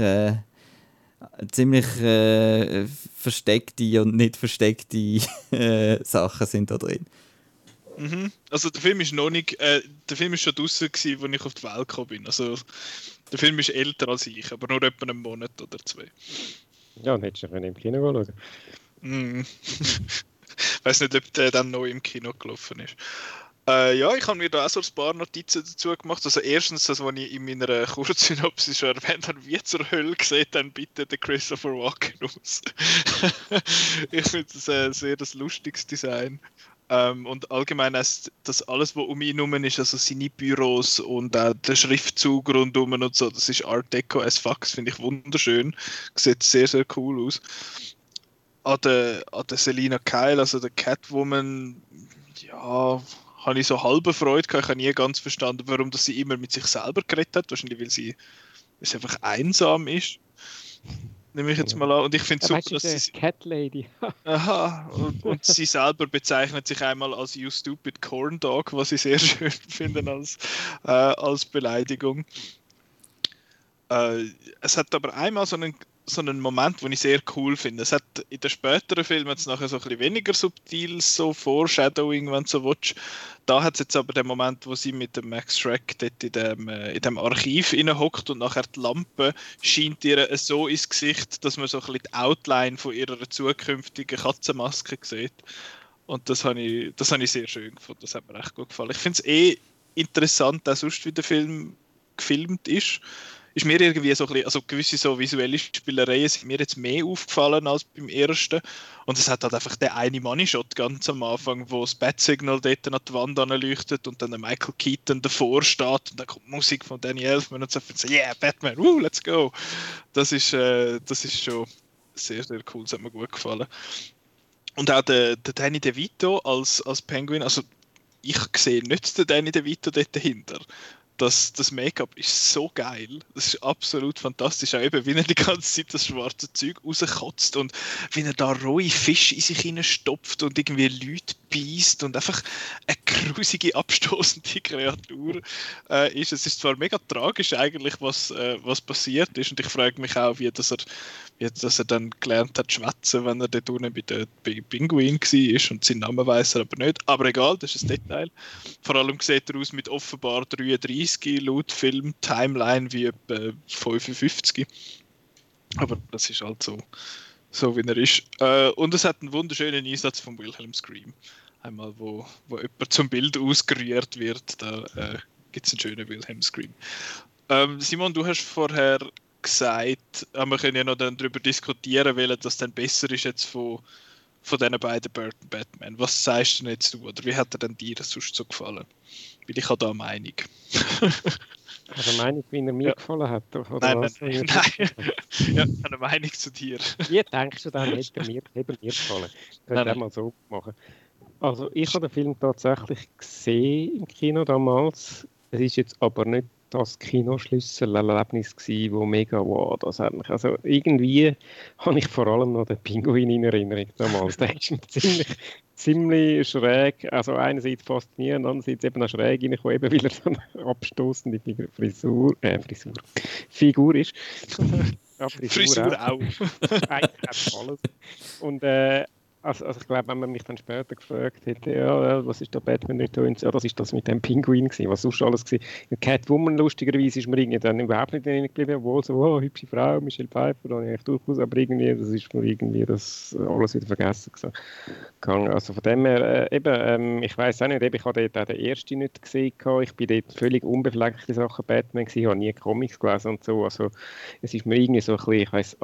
versteckte und nicht versteckte Sachen sind da drin. Also der Film ist noch nicht, der Film ist schon draussen gewesen, als ich auf die Welt gekommen bin. Also der Film ist älter als ich, aber nur etwa einen Monat oder 2. Ja, dann hättest du im Kino schauen. Ich weiß nicht, ob der dann neu im Kino gelaufen ist. Ja, ich habe mir da auch so ein paar Notizen dazu gemacht. Also erstens, das, was ich in meiner Kurzsynopsis schon erwähnt habe, wie zur Hölle sieht dann bitte der Christopher Walken aus. Ich finde das sehr das lustiges Design. Und allgemein das alles, was um ihn herum ist, also seine Büros und der Schriftzug rundum und so, das ist Art Deco as fuck, das finde ich wunderschön. Sieht sehr, sehr cool aus. An der Selina Kyle, also der Catwoman, ja, habe ich so halbe Freude gehabt. Ich habe nie ganz verstanden, warum dass sie immer mit sich selber geredet hat. Wahrscheinlich, weil sie einfach einsam ist. Nehme ich jetzt mal an. Und ich finde es super, dass sie... Cat Lady. Aha. Und sie selber bezeichnet sich einmal als You Stupid Corn Dog, was ich sehr schön finde als Beleidigung. Es hat aber einmal so einen Moment, den ich sehr cool finde. Es hat in den späteren Filmen jetzt nachher so ein bisschen weniger subtil, so Foreshadowing, wenn du so willst. Da hat es jetzt aber den Moment, wo sie mit dem Max Schreck dort in dem Archiv hockt und nachher die Lampe scheint ihr so ins Gesicht, dass man so ein bisschen die Outline von ihrer zukünftigen Katzenmaske sieht. Und das habe ich sehr schön gefunden. Das hat mir echt gut gefallen. Ich finde es interessant, auch sonst, wie der Film gefilmt ist. ist mir irgendwie so ein bisschen, also gewisse so visuelle Spielereien sind mir jetzt mehr aufgefallen als beim ersten. Und es hat halt einfach der eine Money-Shot ganz am Anfang, wo das Bat-Signal dort an die Wand anleuchtet und dann der Michael Keaton davor steht und dann kommt die Musik von Danny Elfman und so, yeah, Batman, let's go. Das ist schon sehr, sehr cool, das hat mir gut gefallen. Und auch der Danny DeVito als Penguin, also ich sehe nicht den Danny DeVito dort dahinter. Das Make-up ist so geil. Das ist absolut fantastisch. Auch eben, wie er die ganze Zeit das schwarze Zeug rauskotzt und wie er da rohe Fische in sich hineinstopft und irgendwie Leute beißt und einfach eine grusige, abstoßende Kreatur ist. Es ist zwar mega tragisch eigentlich, was passiert ist, und ich frage mich auch, wie dass er dann gelernt hat zu schwätzen, wenn er dort unten bei Pinguin war und seinen Namen weiss er aber nicht. Aber egal, das ist ein Detail. Vor allem sieht er aus mit offenbar 33 laut Film, Timeline wie etwa 55. Aber das ist halt so wie er ist. Und es hat einen wunderschönen Einsatz von Wilhelm Scream. Einmal, wo jemand zum Bild ausgerührt wird, da gibt es einen schönen Wilhelm Scream. Simon, du hast vorher gesagt, wir können ja noch dann darüber diskutieren, welcher das dann besser ist jetzt von diesen beiden Burton Batman. Was sagst du denn jetzt du, oder wie hat er denn dir sonst so gefallen? Weil ich habe da eine Meinung. Also eine Meinung, wie er mir gefallen hat? Oder nein. Ja, eine Meinung zu dir. Wie denkst du dann, hätte mir gefallen? Können wir mal so machen. Also ich habe den Film tatsächlich gesehen im Kino damals. Es ist jetzt aber nicht das Kinoschlüsselerlebnis gewesen, wo mega, wow, das hat mich, also irgendwie habe ich vor allem noch den Pinguin in Erinnerung damals. Der ist ziemlich schräg, also einerseits faszinierend, andererseits eben auch schräg reingekommen, eben weil er so eine abstoßende Figur ist. Ja, Frisur auch. Eigentlich hat alles. Und also ich glaube, wenn man mich dann später gefragt hätte, ja, was ist da Batman nicht so, ja, das ist das mit dem Pinguin gewesen, was sonst alles gewesen. Catwoman, lustigerweise, ist mir irgendwie dann überhaupt nicht in geblieben, obwohl so, oh, hübsche Frau, Michelle Pfeiffer, da habe ich durchaus, aber irgendwie, das ist mir irgendwie das alles wieder vergessen gegangen. Also von dem her, ich weiss auch nicht, ich habe dort auch den ersten nicht gesehen, ich bin dort völlig unbefleckt in Sachen Batman gewesen, ich habe nie Comics gelesen und so, also es ist mir irgendwie so ein bisschen, ich weiss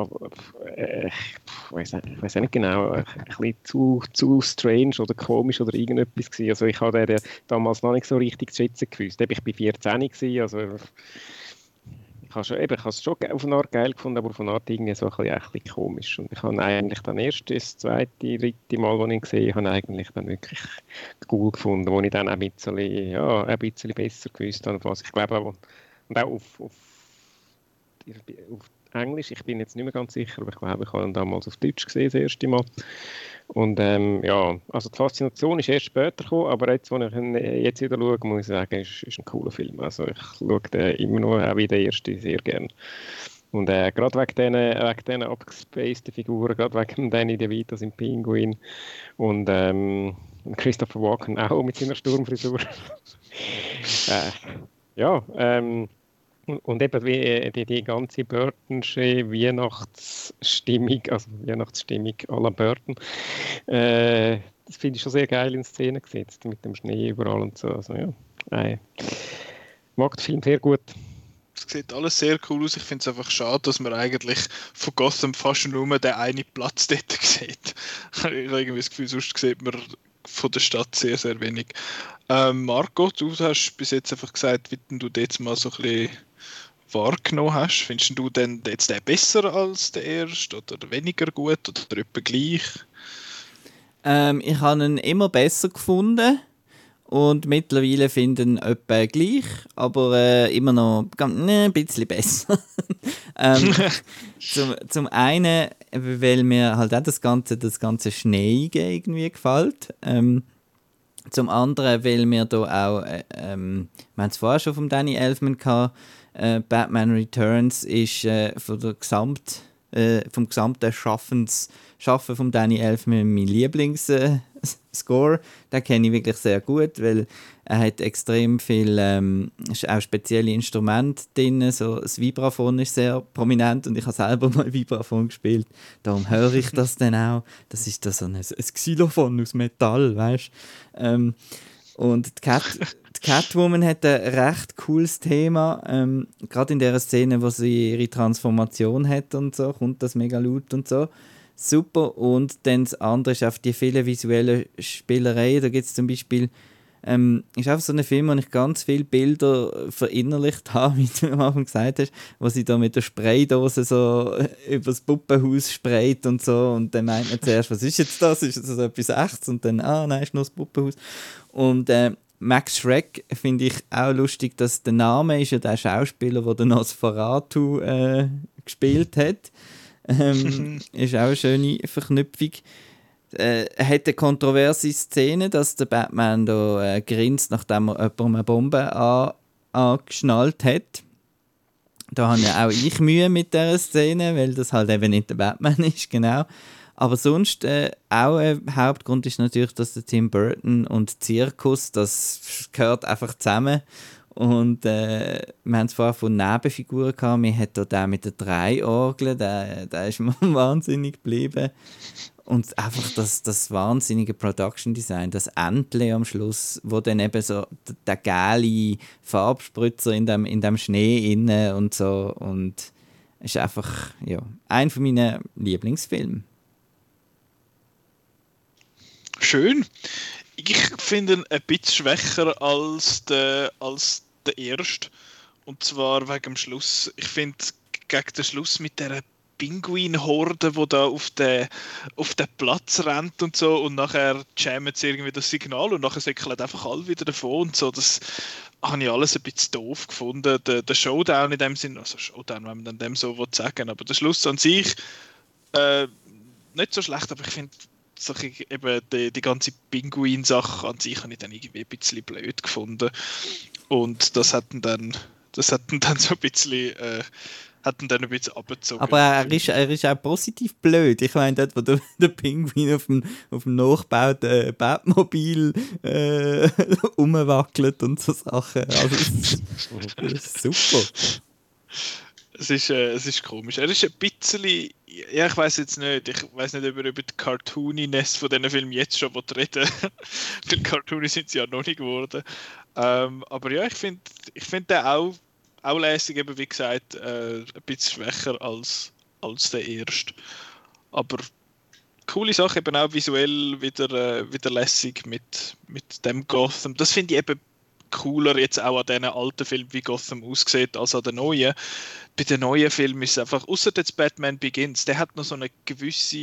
auch nicht genau, ein bisschen zu strange oder komisch oder irgendetwas gewesen. Also ich habe den damals noch nicht so richtig zu schätzen gewusst. Ich war 14 gewesen, also ich habe es schon auf eine Art geil gefunden, aber auf eine Art irgendwie so ein bisschen komisch. Und ich habe eigentlich dann erst das zweite, dritte Mal, als ich ihn gesehen habe, eigentlich dann wirklich cool gefunden, wo ich dann auch ein bisschen besser gewusst habe, was ich glaube. Und auch auf Englisch, ich bin jetzt nicht mehr ganz sicher, aber ich glaube, ich habe ihn damals auf Deutsch gesehen, das erste Mal. Und also die Faszination ist erst später gekommen, aber jetzt, als ich ihn jetzt wieder schaue, muss ich sagen, ist ein cooler Film. Also ich schaue den immer noch, auch wie der erste, sehr gerne. Und gerade wegen diesen abgespaceden Figuren, gerade wegen Danny DeVito, im Pinguin und Christopher Walken auch mit seiner Sturmfrisur. Und eben die ganze Burtonsche Weihnachtsstimmung, also Weihnachtsstimmung à la Burton, das finde ich schon sehr geil in Szene gesetzt, mit dem Schnee überall und so. Also ja, mag den Film sehr gut. Es sieht alles sehr cool aus. Ich finde es einfach schade, dass man eigentlich von Gotham fast nur den einen Platz dort sieht. Ich habe irgendwie das Gefühl, sonst sieht man von der Stadt sehr, sehr wenig. Marco, du hast bis jetzt einfach gesagt, wie du jetzt mal so ein bisschen wahrgenommen hast. Findest du denn jetzt den besser als der erste oder weniger gut oder etwa gleich? Ich habe ihn immer besser gefunden und mittlerweile finde ich ihn etwa gleich, aber immer noch ein bisschen besser. Zum einen, weil mir halt auch das ganze Schneeige irgendwie gefällt. Zum anderen, weil wir da auch, wir haben es vorher schon von Danny Elfman gehabt, Batman Returns ist vom gesamten Schaffen von Danny Elfman mein Lieblingsscore. Den kenne ich wirklich sehr gut, weil er hat extrem viel auch spezielle Instrumente drin. So das Vibraphon ist sehr prominent und ich habe selber mal Vibraphon gespielt. Darum höre ich das dann auch. Das ist da so ein Xylophon aus Metall, weißt du? Und die Catwoman hat ein recht cooles Thema. Gerade in der Szene, wo sie ihre Transformation hat und so, kommt das mega laut und so. Super. Und dann das andere ist auf die vielen visuellen Spielereien. Da gibt es zum Beispiel ist einfach so ein Film, wo ich ganz viele Bilder verinnerlicht habe, wie du am Anfang gesagt hast, wo sie da mit der Spraydose so über das Puppenhaus sprayt und so, und dann meint man zuerst, was ist jetzt das? Ist das etwas Echtes? Und dann, nein, ist nur das Puppenhaus. Und Max Schreck finde ich auch lustig, dass der Name ist ja der Schauspieler, der den Nosferatu gespielt hat. Ist auch eine schöne Verknüpfung. Er hat eine kontroverse Szene, dass der Batman da grinst, nachdem er jemandem eine Bombe angeschnallt hat. Da habe ja auch ich Mühe mit dieser Szene, weil das halt eben nicht der Batman ist, genau. Aber sonst auch ein Hauptgrund ist natürlich, dass der Tim Burton und Zirkus, das gehört einfach zusammen. Und wir haben es vorher von Nebenfiguren gehabt. Wir hatten den mit den 3 Orgeln, der ist mir wahnsinnig geblieben. Und einfach das wahnsinnige Production Design, das Entle am Schluss, wo dann eben so der geile Farbspritzer in dem Schnee inne und so. Und es ist einfach ein von meinen Lieblingsfilmen. Schön. Ich finde ihn ein bisschen schwächer als der erste. Und zwar wegen dem Schluss. Ich finde, gegen den Schluss mit dieser Pinguin-Horde, die da auf den Platz rennt und so, und nachher jammen sie irgendwie das Signal und nachher säckeln einfach alle wieder davon und so. Das habe ich alles ein bisschen doof gefunden. Der Showdown in dem Sinne, also Showdown, wenn man dann dem so sagen, aber der Schluss an sich nicht so schlecht, aber ich finde eben die ganze Pinguin-Sache an sich habe ich dann irgendwie ein bisschen blöd gefunden. Und das hat ihn dann so ein bisschen abgezogen. Aber er ist auch positiv blöd. Ich meine, dort, wo der Pinguin auf dem nachgebauten Batmobil rumwackelt und so Sachen. Also, das ist super. Es ist komisch. Er ist ein bisschen, ja, ich weiß jetzt nicht, ob er über die Cartooniness von diesen Filmen jetzt schon reden. Weil Cartoony sind sie ja noch nicht geworden. Aber ja, ich finde den auch lässig, eben wie gesagt, ein bisschen schwächer als der erste. Aber coole Sache, eben auch visuell wieder lässig mit dem Gotham. Das finde ich eben cooler jetzt auch an diesen alten Filmen, wie Gotham aussieht, als an den neuen. Bei den neuen Filmen ist es einfach, außer jetzt Batman Begins, der hat noch so eine gewisse,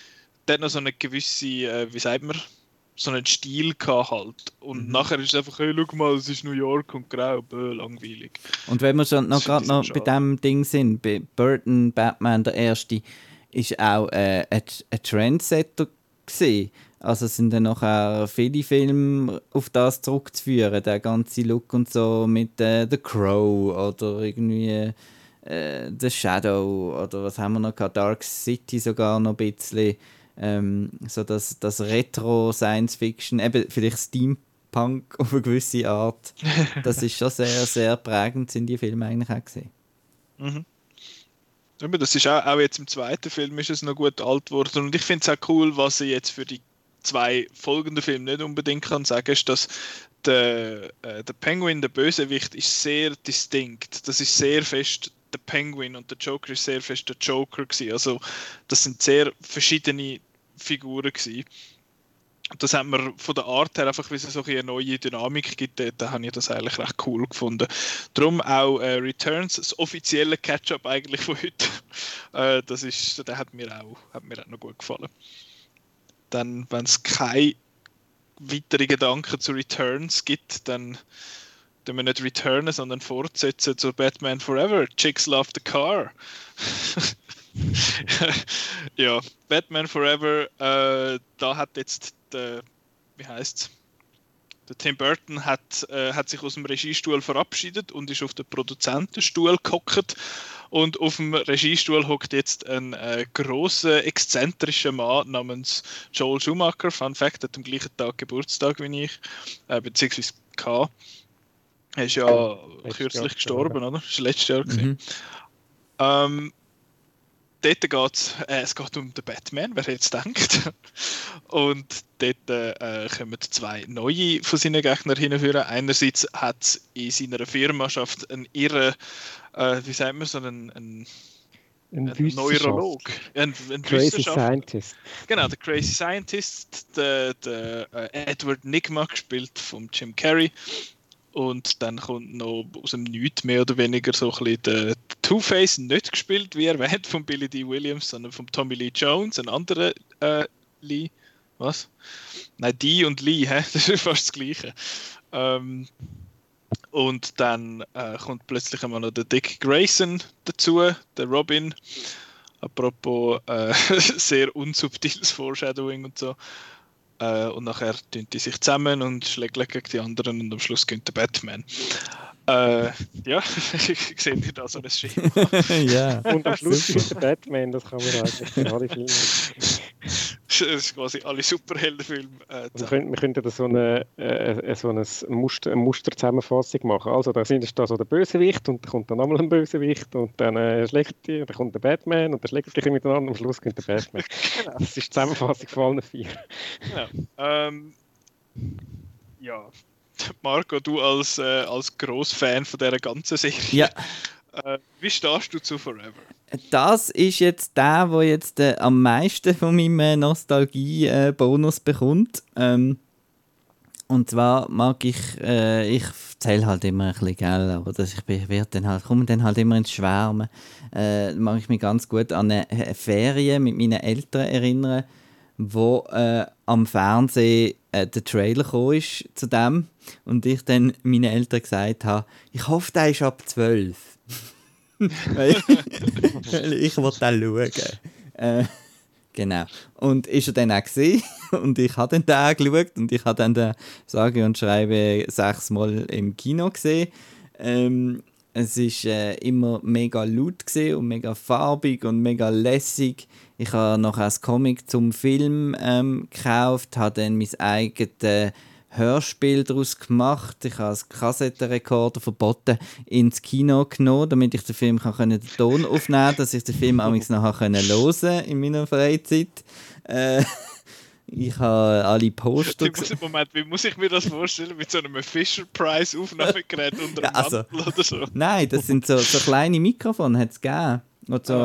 wie sagt man, so einen Stil gehabt halt. Und nachher ist es einfach, hey, schau mal, es ist New York und grau, langweilig. Und wenn wir schon gerade noch bei dem Ding sind, bei Burton, Batman, der erste, ist auch ein Trendsetter gewesen. Also sind dann nachher viele Filme auf das zurückzuführen, der ganze Look und so mit The Crow oder irgendwie The Shadow oder was haben wir noch gehabt, Dark City sogar noch ein bisschen. So das Retro-Science-Fiction, eben vielleicht Steampunk auf eine gewisse Art, das ist schon sehr, sehr prägend, sind die Filme eigentlich auch gesehen. Mhm. Aber das ist auch jetzt im zweiten Film ist es noch gut alt worden, und ich finde es auch cool, was ich jetzt für die 2 folgenden Filme nicht unbedingt kann sagen, ist, dass der Penguin, der Bösewicht, ist sehr distinkt. Das ist sehr fest der Penguin und der Joker ist sehr fest der Joker gewesen. Also das sind sehr verschiedene Figuren gewesen. Das hat man von der Art her einfach, wie es so eine neue Dynamik gibt, da habe ich das eigentlich recht cool gefunden. Darum auch Returns, das offizielle Catch-up eigentlich von heute. Der hat mir auch noch gut gefallen. Dann, wenn es keine weiteren Gedanken zu Returns gibt, dann tun wir nicht returnen, sondern fortsetzen zu Batman Forever. Chicks Love the Car. Ja, Batman Forever, da hat jetzt der Tim Burton hat sich aus dem Regiestuhl verabschiedet und ist auf den Produzentenstuhl gehockt. Und auf dem Regiestuhl hockt jetzt ein grosser, exzentrischer Mann namens Joel Schumacher. Fun Fact, hat am gleichen Tag Geburtstag wie ich, beziehungsweise gehabt. Er ist ja kürzlich gestorben, oder? Das war letztes Jahr. dort es geht um den Batman, wer jetzt denkt. Und dort kommen zwei neue von seinen Gegnern hinführen. Einerseits hat es in seiner Firmaschaft einen irren, wie sagt man, so einen Neurolog. Ein Crazy Scientist. Genau, der Crazy Scientist, der Edward Nygma, gespielt von Jim Carrey. Und dann kommt noch aus dem Nichts mehr oder weniger so ein bisschen der Two-Face, nicht gespielt, wie erwähnt, von Billy D. Williams, sondern von Tommy Lee Jones, ein anderer Lee. Was? Nein, D und Lee, das ist fast das Gleiche. Und dann kommt plötzlich einmal noch der Dick Grayson dazu, der Robin. Apropos sehr unsubtiles Foreshadowing und so. Und nachher tun die sich zusammen und schlägeln gegen die anderen und am Schluss gewinnt der Batman. Ja, seht ihr da so ein Schema? Ja. Und am Schluss ist der Batman, das kann man eigentlich für alle Filme. Das ist quasi alle Superheldenfilme. Wir könnten da so eine Musterzusammenfassung machen. Also da ist da so der Bösewicht und dann kommt dann nochmal ein Bösewicht und dann schlägt die, dann kommt der Batman und dann schlägt die miteinander und am Schluss kommt der Batman. Genau. Das ist die Zusammenfassung von allen 4. Genau. Ja, Marco, du als Grossfan von dieser ganzen Serie. Ja. Wie stehst du zu Forever? Das ist jetzt der jetzt am meisten von meinem Nostalgie-Bonus bekommt. Und zwar mag ich erzähle halt immer ein bisschen, gell, aber komme dann halt immer ins Schwärmen. Mag ich mich ganz gut an eine Ferien mit meinen Eltern erinnern, wo am Fernsehen der Trailer gekommen ist zu dem und ich dann meinen Eltern gesagt habe, ich hoffe, der ist ab 12. weil ich wollte den schauen. Genau. Und ist er dann auch gesehen und ich habe dann den geschaut und ich habe dann den sage und schreibe 6-mal im Kino gesehen. Es war immer mega laut und mega farbig und mega lässig. Ich habe noch ein Comic zum Film gekauft, habe dann mein eigenes Hörspiel daraus gemacht. Ich habe einen Kassettenrekorder verboten ins Kino genommen, damit ich den Film den Ton aufnehmen konnte, dass ich den Film nachher hören in meiner Freizeit. Ich habe alle Poster Moment, wie muss ich mir das vorstellen? Mit so einem Fisher-Price-Aufnahmegerät unter dem Mantel oder so? Nein, das sind so kleine Mikrofone, hat es gegeben. Und so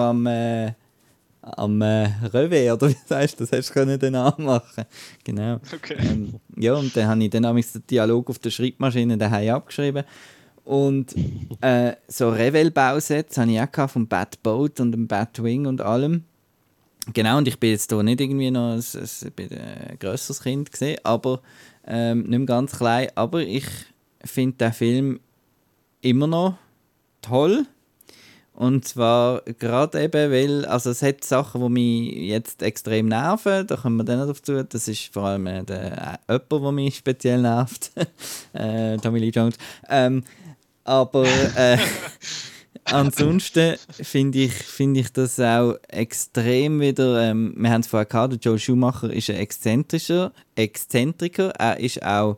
am Revers, oder wie sagst du, das hast du dann anmachen. Genau. Okay. Ja, und dann habe ich dann den Dialog auf der Schreibmaschine daheim abgeschrieben. Und so Revell-Bausets habe ich auch vom Bad Boat und dem Batwing und allem. Genau, und ich bin jetzt hier nicht irgendwie noch ein grösseres Kind gewesen, aber nicht mehr ganz klein. Aber ich finde den Film immer noch toll. Und zwar gerade eben, weil es hat Sachen, die mich jetzt extrem nerven, da kommen wir dann noch dazu. Das ist vor allem jemand, der mich speziell nervt, Tommy Lee Jones. Aber ansonsten finde ich das auch extrem wieder, wir haben es vorher gehabt, der Joel Schumacher ist ein Exzentriker, er ist auch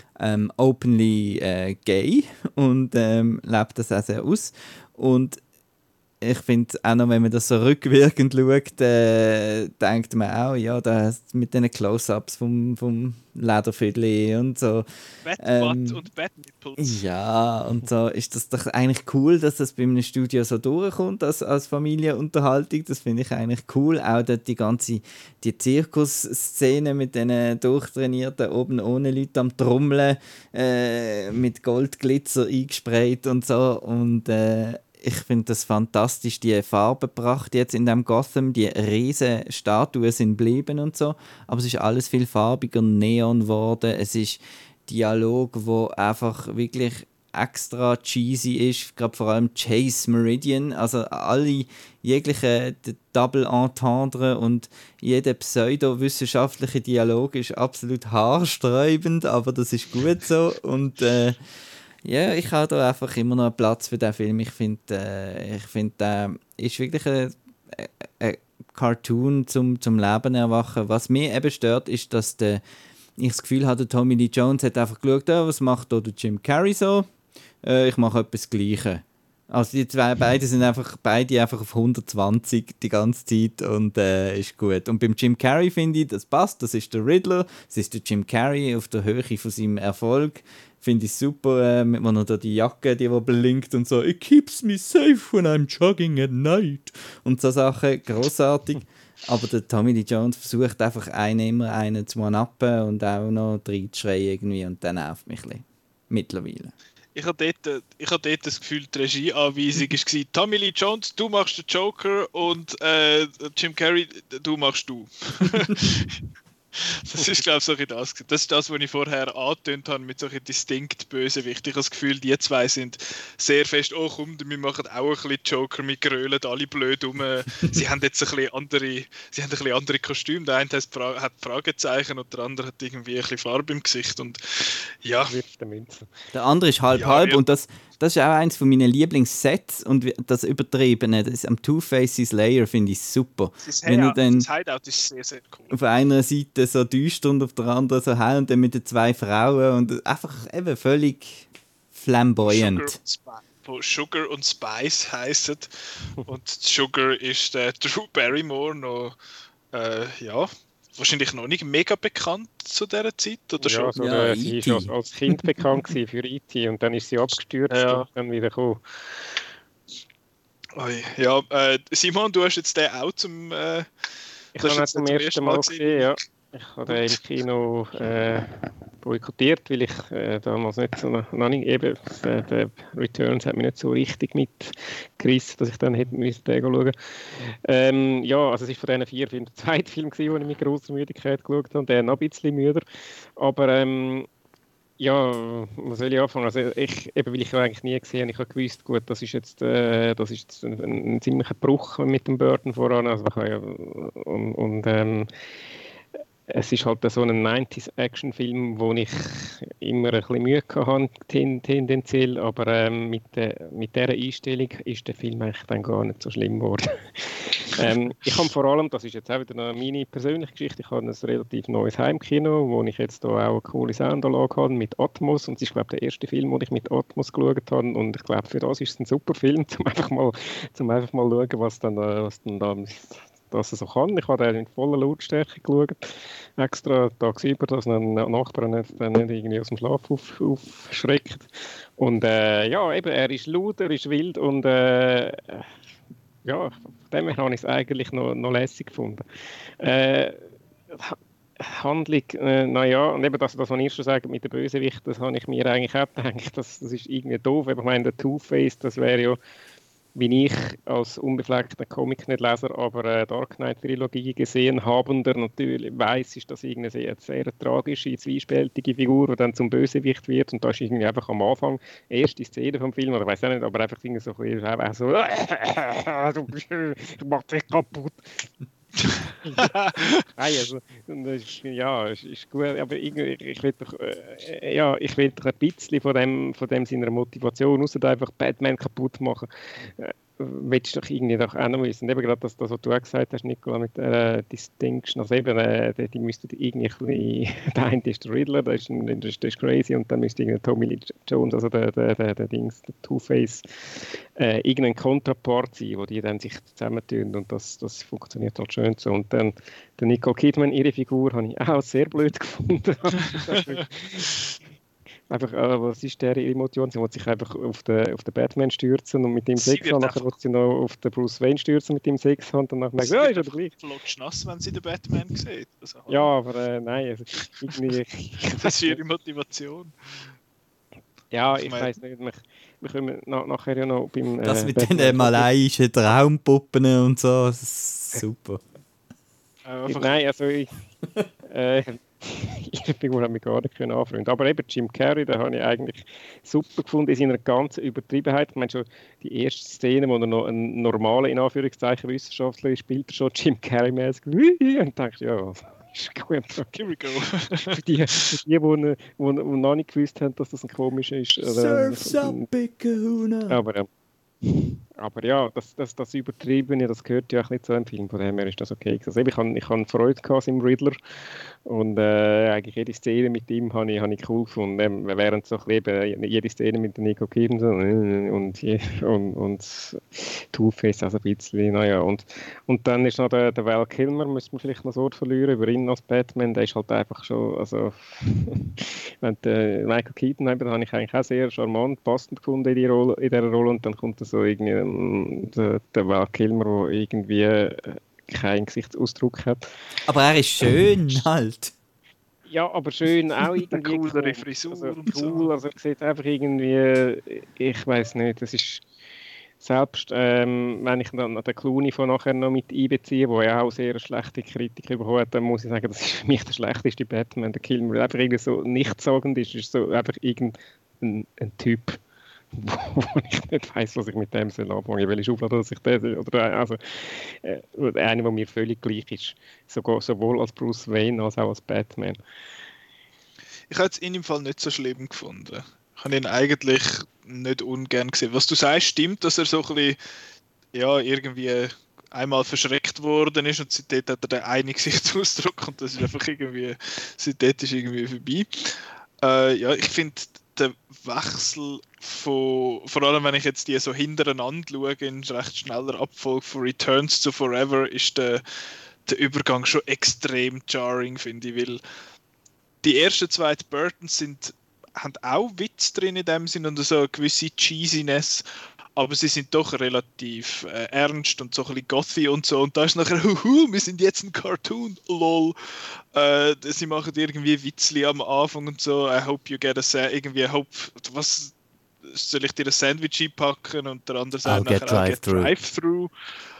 openly gay und lebt das auch sehr aus. Und ich finde auch noch, wenn man das so rückwirkend schaut, denkt man auch, ja, das mit diesen Close-Ups vom Lederviertel und so. Bettbutt und Bettnippels. Ja, und so ist das doch eigentlich cool, dass das bei einem Studio so durchkommt als Familienunterhaltung. Das finde ich eigentlich cool. Auch dort die Zirkusszene mit diesen durchtrainierten, oben ohne Leute am Trommeln, mit Goldglitzer eingesprayt und so. Und ich finde das fantastisch, die Farbe gebracht jetzt in dem Gotham, die riesen Statuen sind geblieben und so, aber es ist alles viel farbiger, neon geworden, es ist Dialog, wo einfach wirklich extra cheesy ist, gerade vor allem Chase Meridian, also jegliche Double Entendre und jeder pseudowissenschaftliche Dialog ist absolut haarsträubend, aber das ist gut so und ja, ich habe da einfach immer noch einen Platz für diesen Film. Ich finde, der ist wirklich ein Cartoon zum Leben erwachen. Was mich eben stört, ist, dass ich das Gefühl hatte, Tommy Lee Jones hat einfach geschaut, was macht da der Jim Carrey so? Ich mache etwas Gleiches. Also die zwei, beide sind beide einfach auf 120 die ganze Zeit und ist gut. Und beim Jim Carrey finde ich, das passt, das ist der Riddler, das ist der Jim Carrey auf der Höhe von seinem Erfolg. Finde ich super, wenn er da die Jacke, die blinkt und so «It keeps me safe when I'm jogging at night» und so Sachen, grossartig. Aber der Tommy Lee Jones versucht einfach immer einen zu one-uppen und auch noch reinzuschreien irgendwie und der nervt mich ein bisschen. Mittlerweile. Ich hatte dort das Gefühl, die Regieanweisung war Tommy Lee Jones, du machst den Joker und Jim Carrey, du machst du. Das ist, glaube ich, so das. Das ist das, was ich vorher angetönt habe mit solchen distinkt Bösewicht. Ich habe das Gefühl, die zwei sind sehr fest, oh komm, wir machen auch ein bisschen Joker, wir grölen alle blöd rum. Sie haben jetzt ein bisschen andere Kostüme. Der eine hat Fragezeichen und der andere hat irgendwie ein bisschen Farbe im Gesicht. Und ja. Der andere ist halb und das ist auch eines von meinen Lieblingssets und das Übertriebene, das am Two-Faces Layer finde ich super. Das Hideout ist sehr, sehr cool. Auf einer Seite so düster und auf der anderen so hell und dann mit den zwei Frauen und einfach eben völlig flamboyant. Sugar und Spice heissen. Und Sugar ist der Drew Barrymore noch, wahrscheinlich noch nicht mega bekannt zu dieser Zeit, oder schon? Sie war als Kind bekannt für E.T. und dann ist sie abgestürzt und dann wieder gekommen. Ja, Simon, du hast jetzt den auch zum ich habe ihn zum ersten Mal gesehen, ja. Ich habe den im Kino boykottiert, weil ich damals nicht so der Returns hat mich nicht so richtig mitgerissen, dass ich dann hätte müssen den schauen. Also es ist von diesen 4 Filmen der zweite Film gewesen, den ich mit grosser Müdigkeit geschaut habe, der noch ein bisschen müder. Aber wo soll ich anfangen? Also weil ich eigentlich nie gesehen habe, ich habe gewusst, gut, das ist jetzt ein ziemlicher Bruch mit dem Burton voran. Also es ist halt so ein 90s-Action-Film, wo ich immer ein bisschen Mühe hatte, tendenziell, aber mit dieser Einstellung ist der Film eigentlich dann gar nicht so schlimm geworden. Ich habe vor allem, das ist jetzt auch wieder meine persönliche Geschichte, ich habe ein relativ neues Heimkino, wo ich jetzt hier auch eine coole Soundanlage habe mit Atmos und es ist, glaube ich, der erste Film, den ich mit Atmos geschaut habe und ich glaube, für das ist es ein super Film, um einfach mal schauen, was dann da dass er so kann. Ich habe den in voller Lautstärke geschaut, extra tagsüber, dass ein Nachbar nicht irgendwie aus dem Schlaf aufschreckt. Und eben, er ist laut, er ist wild und von dem her habe ich es eigentlich noch lässig gefunden. Handlung, und eben das, was ihr schon sagt mit dem Bösewicht, das habe ich mir eigentlich auch gedacht, das ist irgendwie doof. Ich meine, der Two-Face, das wäre ja, wie ich als unbefleckter Comic-Nicht-Leser, aber Dark Knight-Trilogie gesehen habender natürlich weiss, ist das eine sehr tragische, zwiespältige Figur, die dann zum Bösewicht wird und da ist irgendwie einfach am Anfang erste Szene vom Film, oder ich weiß auch nicht, aber einfach irgendwie so du machst dich kaputt. Nein, also, ist gut, aber irgendwie, ich will doch ein bisschen von dem seiner Motivation, außer einfach Batman kaputt machen, willst du doch irgendwie doch auch noch wissen. Eben gerade das, was du auch gesagt hast, Nicola, mit Distinction, also eben, die müssten irgendwie, der eine ist der Riddler, der ist crazy und dann müsste irgendwie Tommy Lee Jones, also der Two-Face, irgendein Kontrapart sein, wo die dann sich zusammentun und das funktioniert halt schön so. Und dann der Nicole Kidman, ihre Figur, habe ich auch sehr blöd gefunden. Einfach, was ist ihre Emotion? Sie will sich einfach auf den Batman stürzen und mit ihm Sex haben. Nachher will sie noch auf den Bruce Wayne stürzen mit ihm Sex haben. Und dann merkt sie, ist ja gleich. Nass, wenn sie den Batman sieht. Also, ja, aber nein. Also, irgendwie, das ist ihre Motivation. Ja, ich weiss nicht. Wir können nachher ja noch beim. Das mit den malaiischen Traumpuppen und so, das ist super. Nein, also ihre Figur hat mich gar nicht anfreunden. Aber eben Jim Carrey, den habe ich eigentlich super gefunden in seiner ganzen Übertriebenheit. Ich meine schon die erste Szene, wo er noch ein normaler, in Anführungszeichen, Wissenschaftler ist, spielt er schon Jim Carrey-mäßig und denkst, ja, ist gut. Here we go. Für die noch nicht gewusst haben, dass das ein komischer ist. Surf's up, big kahuna. Aber Aber ja, das Übertriebene, das gehört ja auch nicht zu dem Film, von dem her ist das okay gewesen. Also ich habe Freude gehabt im Riddler und eigentlich jede Szene mit ihm habe ich cool gefunden. Während so ein bisschen eben jede Szene mit Nico Kidman so, und Two-Face also ein bisschen, naja. Und dann ist noch der Val Kilmer, müsste man vielleicht noch das Wort verlieren, über ihn als Batman, der ist halt einfach schon, also wenn Michael Keaton, den habe ich eigentlich auch sehr charmant, passend gefunden in dieser Rolle und dann kommt da so irgendwie der Val Kilmer, der irgendwie keinen Gesichtsausdruck hat. Aber er ist schön halt. Ja, aber schön auch irgendwie. Eine coolere Frisur also, und so. cool, also er sieht einfach irgendwie, ich weiß nicht, das ist selbst, wenn ich dann den Clooney von nachher noch mit einbeziehe, der ja auch sehr schlechte Kritik bekommen hat, dann muss ich sagen, das ist für mich der schlechteste Batman, der Kilmer, der einfach irgendwie so nichtssagend ist so einfach irgendein Typ, wo ich nicht weiss, was ich mit dem anfangen soll, welche Schublade dass ich den, oder also einer, der mir völlig gleich ist, sowohl als Bruce Wayne als auch als Batman. Ich habe es in dem Fall nicht so schlimm gefunden. Ich habe ihn eigentlich nicht ungern gesehen. Was du sagst, stimmt, dass er so ein bisschen, ja, irgendwie einmal verschreckt worden ist und seitdem hat er den einen Gesichtsausdruck und das ist einfach irgendwie, seitdem ist irgendwie vorbei. Ja, ich finde den Wechsel von, vor allem wenn ich jetzt die so hintereinander schaue, in recht schneller Abfolge von Returns to Forever, ist der Übergang schon extrem jarring, finde ich, weil die ersten zwei Burtons haben auch Witz drin in dem Sinn und so eine gewisse Cheesiness, aber sie sind doch relativ ernst und so ein bisschen gothy und so. Und da ist nachher, wir sind jetzt ein Cartoon, lol. Sie machen irgendwie Witzli am Anfang und so. I hope you get was soll ich dir ein Sandwich einpacken? Und der andere sagt nachher, I'll get drive-through.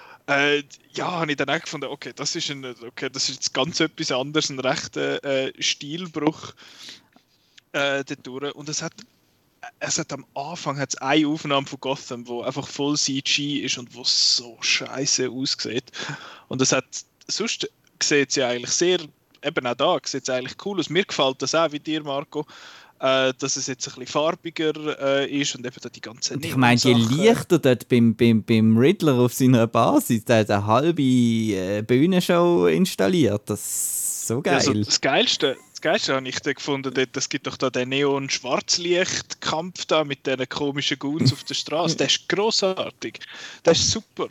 Ja, habe ich dann auch gefunden, okay, das ist jetzt ganz etwas anderes, ein rechter Stilbruch dort. Und es hat am Anfang eine Aufnahme von Gotham, wo einfach voll CG ist und wo so scheiße aussieht. Und sonst sieht es ja eigentlich sehr, eben auch da sieht es eigentlich cool aus. Mir gefällt das auch, wie dir, Marco, dass es jetzt ein bisschen farbiger ist und eben da die ganzen Ich meine, die Lichter dort beim Riddler auf seiner Basis, der hat eine halbe Bühnenshow installiert. Das ist so geil. Also das Geilste habe ich da gefunden, es gibt doch da den Neon-Schwarzlicht-Kampf da mit diesen komischen Goons auf der Straße. Der ist grossartig. Der ist super.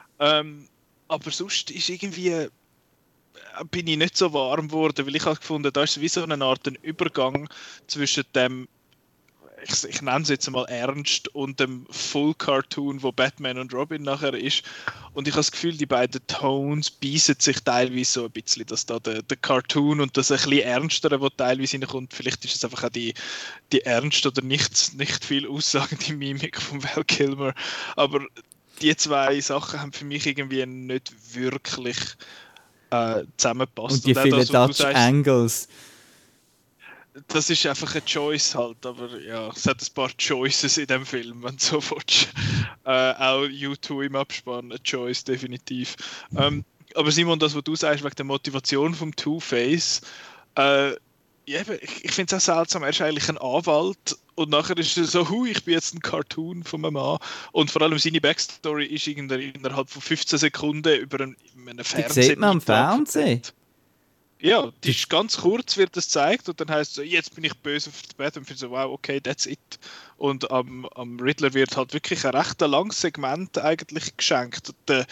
Aber sonst ist irgendwie bin ich nicht so warm geworden, weil ich habe gefunden, da ist wie so eine Art Übergang zwischen dem, ich nenne es jetzt mal ernst, und dem Full Cartoon, wo Batman und Robin nachher ist. Und ich habe das Gefühl, die beiden Tones beißen sich teilweise so ein bisschen, dass da der Cartoon und das ein bisschen ernstere, wo teilweise reinkommt, vielleicht ist es einfach auch die ernst oder nicht viel aussagende Mimik von Val Kilmer. Aber die zwei Sachen haben für mich irgendwie nicht wirklich zusammengepasst. Und die vielen Dutch-Angles. Das ist einfach eine Choice halt, aber ja, es hat ein paar Choices in dem Film, wenn du so willst. Auch U2 im Abspann, eine Choice, definitiv. Aber Simon, das, was du sagst, wegen der Motivation vom Two-Face, ja, ich finde es auch seltsam, er ist eigentlich ein Anwalt und nachher ist er so, ich bin jetzt ein Cartoon von einem Mann. Und vor allem seine Backstory ist innerhalb von 15 Sekunden über einen Fernsehen. Die sieht man am Fernsehen. Ja, die ist ganz kurz, wird das gezeigt und dann heißt es so, jetzt bin ich böse auf die Batman und finde so, wow, okay, that's it. Und am Riddler wird halt wirklich ein recht langes Segment eigentlich geschenkt. Der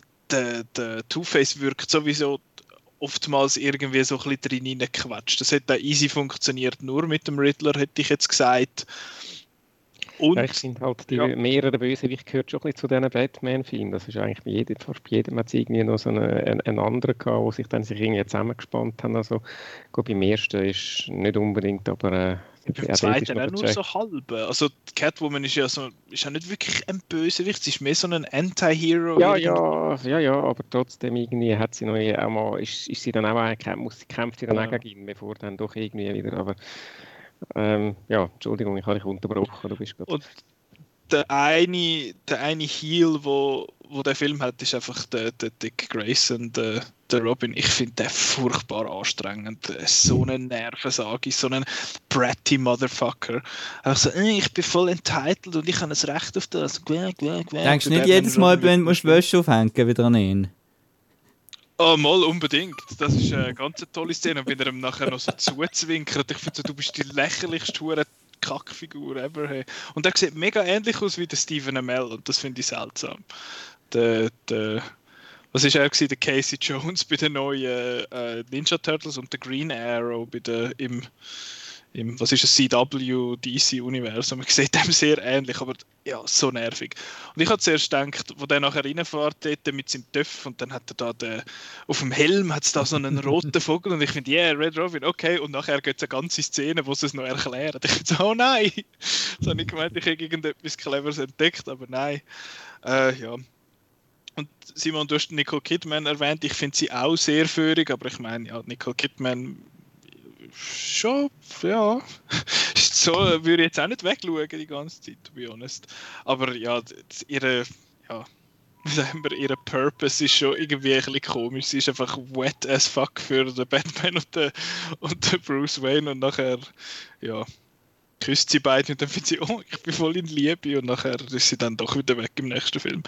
Two-Face wirkt sowieso oftmals irgendwie so ein bisschen drin reingequetscht. Das hätte auch easy funktioniert, nur mit dem Riddler, hätte ich jetzt gesagt. Und, ja, ich finde halt, mehrere Bösewicht gehört schon ein bisschen zu diesen Batman-Filmen. Das ist eigentlich fast bei jedem hat es irgendwie noch so einen anderen gehabt, wo sich dann irgendwie zusammengespannt haben. Also gut, beim ersten ist nicht unbedingt, aber beim zweiten auch nur so halb. Also Catwoman ist ja nicht wirklich ein Bösewicht, sie ist mehr so ein Anti-Hero. Ja, aber trotzdem irgendwie hat sie noch auch mal, ist sie dann auch kämpft sie dann auch gegen ihn, bevor dann doch irgendwie wieder, aber ja, Entschuldigung, ich habe dich unterbrochen, du bist gerade... der eine Heel, wo der Film hat, ist einfach der Dick Grayson, der Robin. Ich finde den furchtbar anstrengend. So eine Nervensage, so ein bratty Motherfucker. Einfach so, ich bin voll entitled und ich habe ein Recht auf das. Denkst du nicht jedes Mal, wenn du Wäsche aufhängen wieder an ihn? Oh, mal unbedingt. Das ist eine ganz tolle Szene. Und wenn er ihm nachher noch so zuzwinkert, ich finde so, du bist die lächerlichste hure Kackfigur ever. Hey. Und er sieht mega ähnlich aus wie der Stephen Amell und das finde ich seltsam. Was ist er gewesen? Der Casey Jones bei den neuen Ninja Turtles und der Green Arrow bei im was ist es, CW, DC-Universum. Man sieht dem sehr ähnlich, aber ja, so nervig. Und ich habe zuerst gedacht, wo der nachher reinfährt dort mit seinem Töpf und dann hat er da auf dem Helm hat's da so einen roten Vogel und ich finde, yeah, Red Robin, okay. Und nachher gibt es eine ganze Szene, wo sie es noch erklären. Ich finde so, oh nein! So habe ich gemeint, ich habe irgendetwas Cleveres entdeckt, aber nein. Ja. Und Simon, du hast Nicole Kidman erwähnt, ich finde sie auch sehr führig, aber ich meine, ja, Nicole Kidman schon, ja. So würde ich jetzt auch nicht wegschauen die ganze Zeit, to be honest. Aber ja, ihre Purpose ist schon irgendwie ein bisschen komisch. Sie ist einfach wet as fuck für den Batman und den Bruce Wayne und nachher, ja, küsst sie beide und dann findet sie, oh, ich bin voll in Liebe und nachher ist sie dann doch wieder weg im nächsten Film.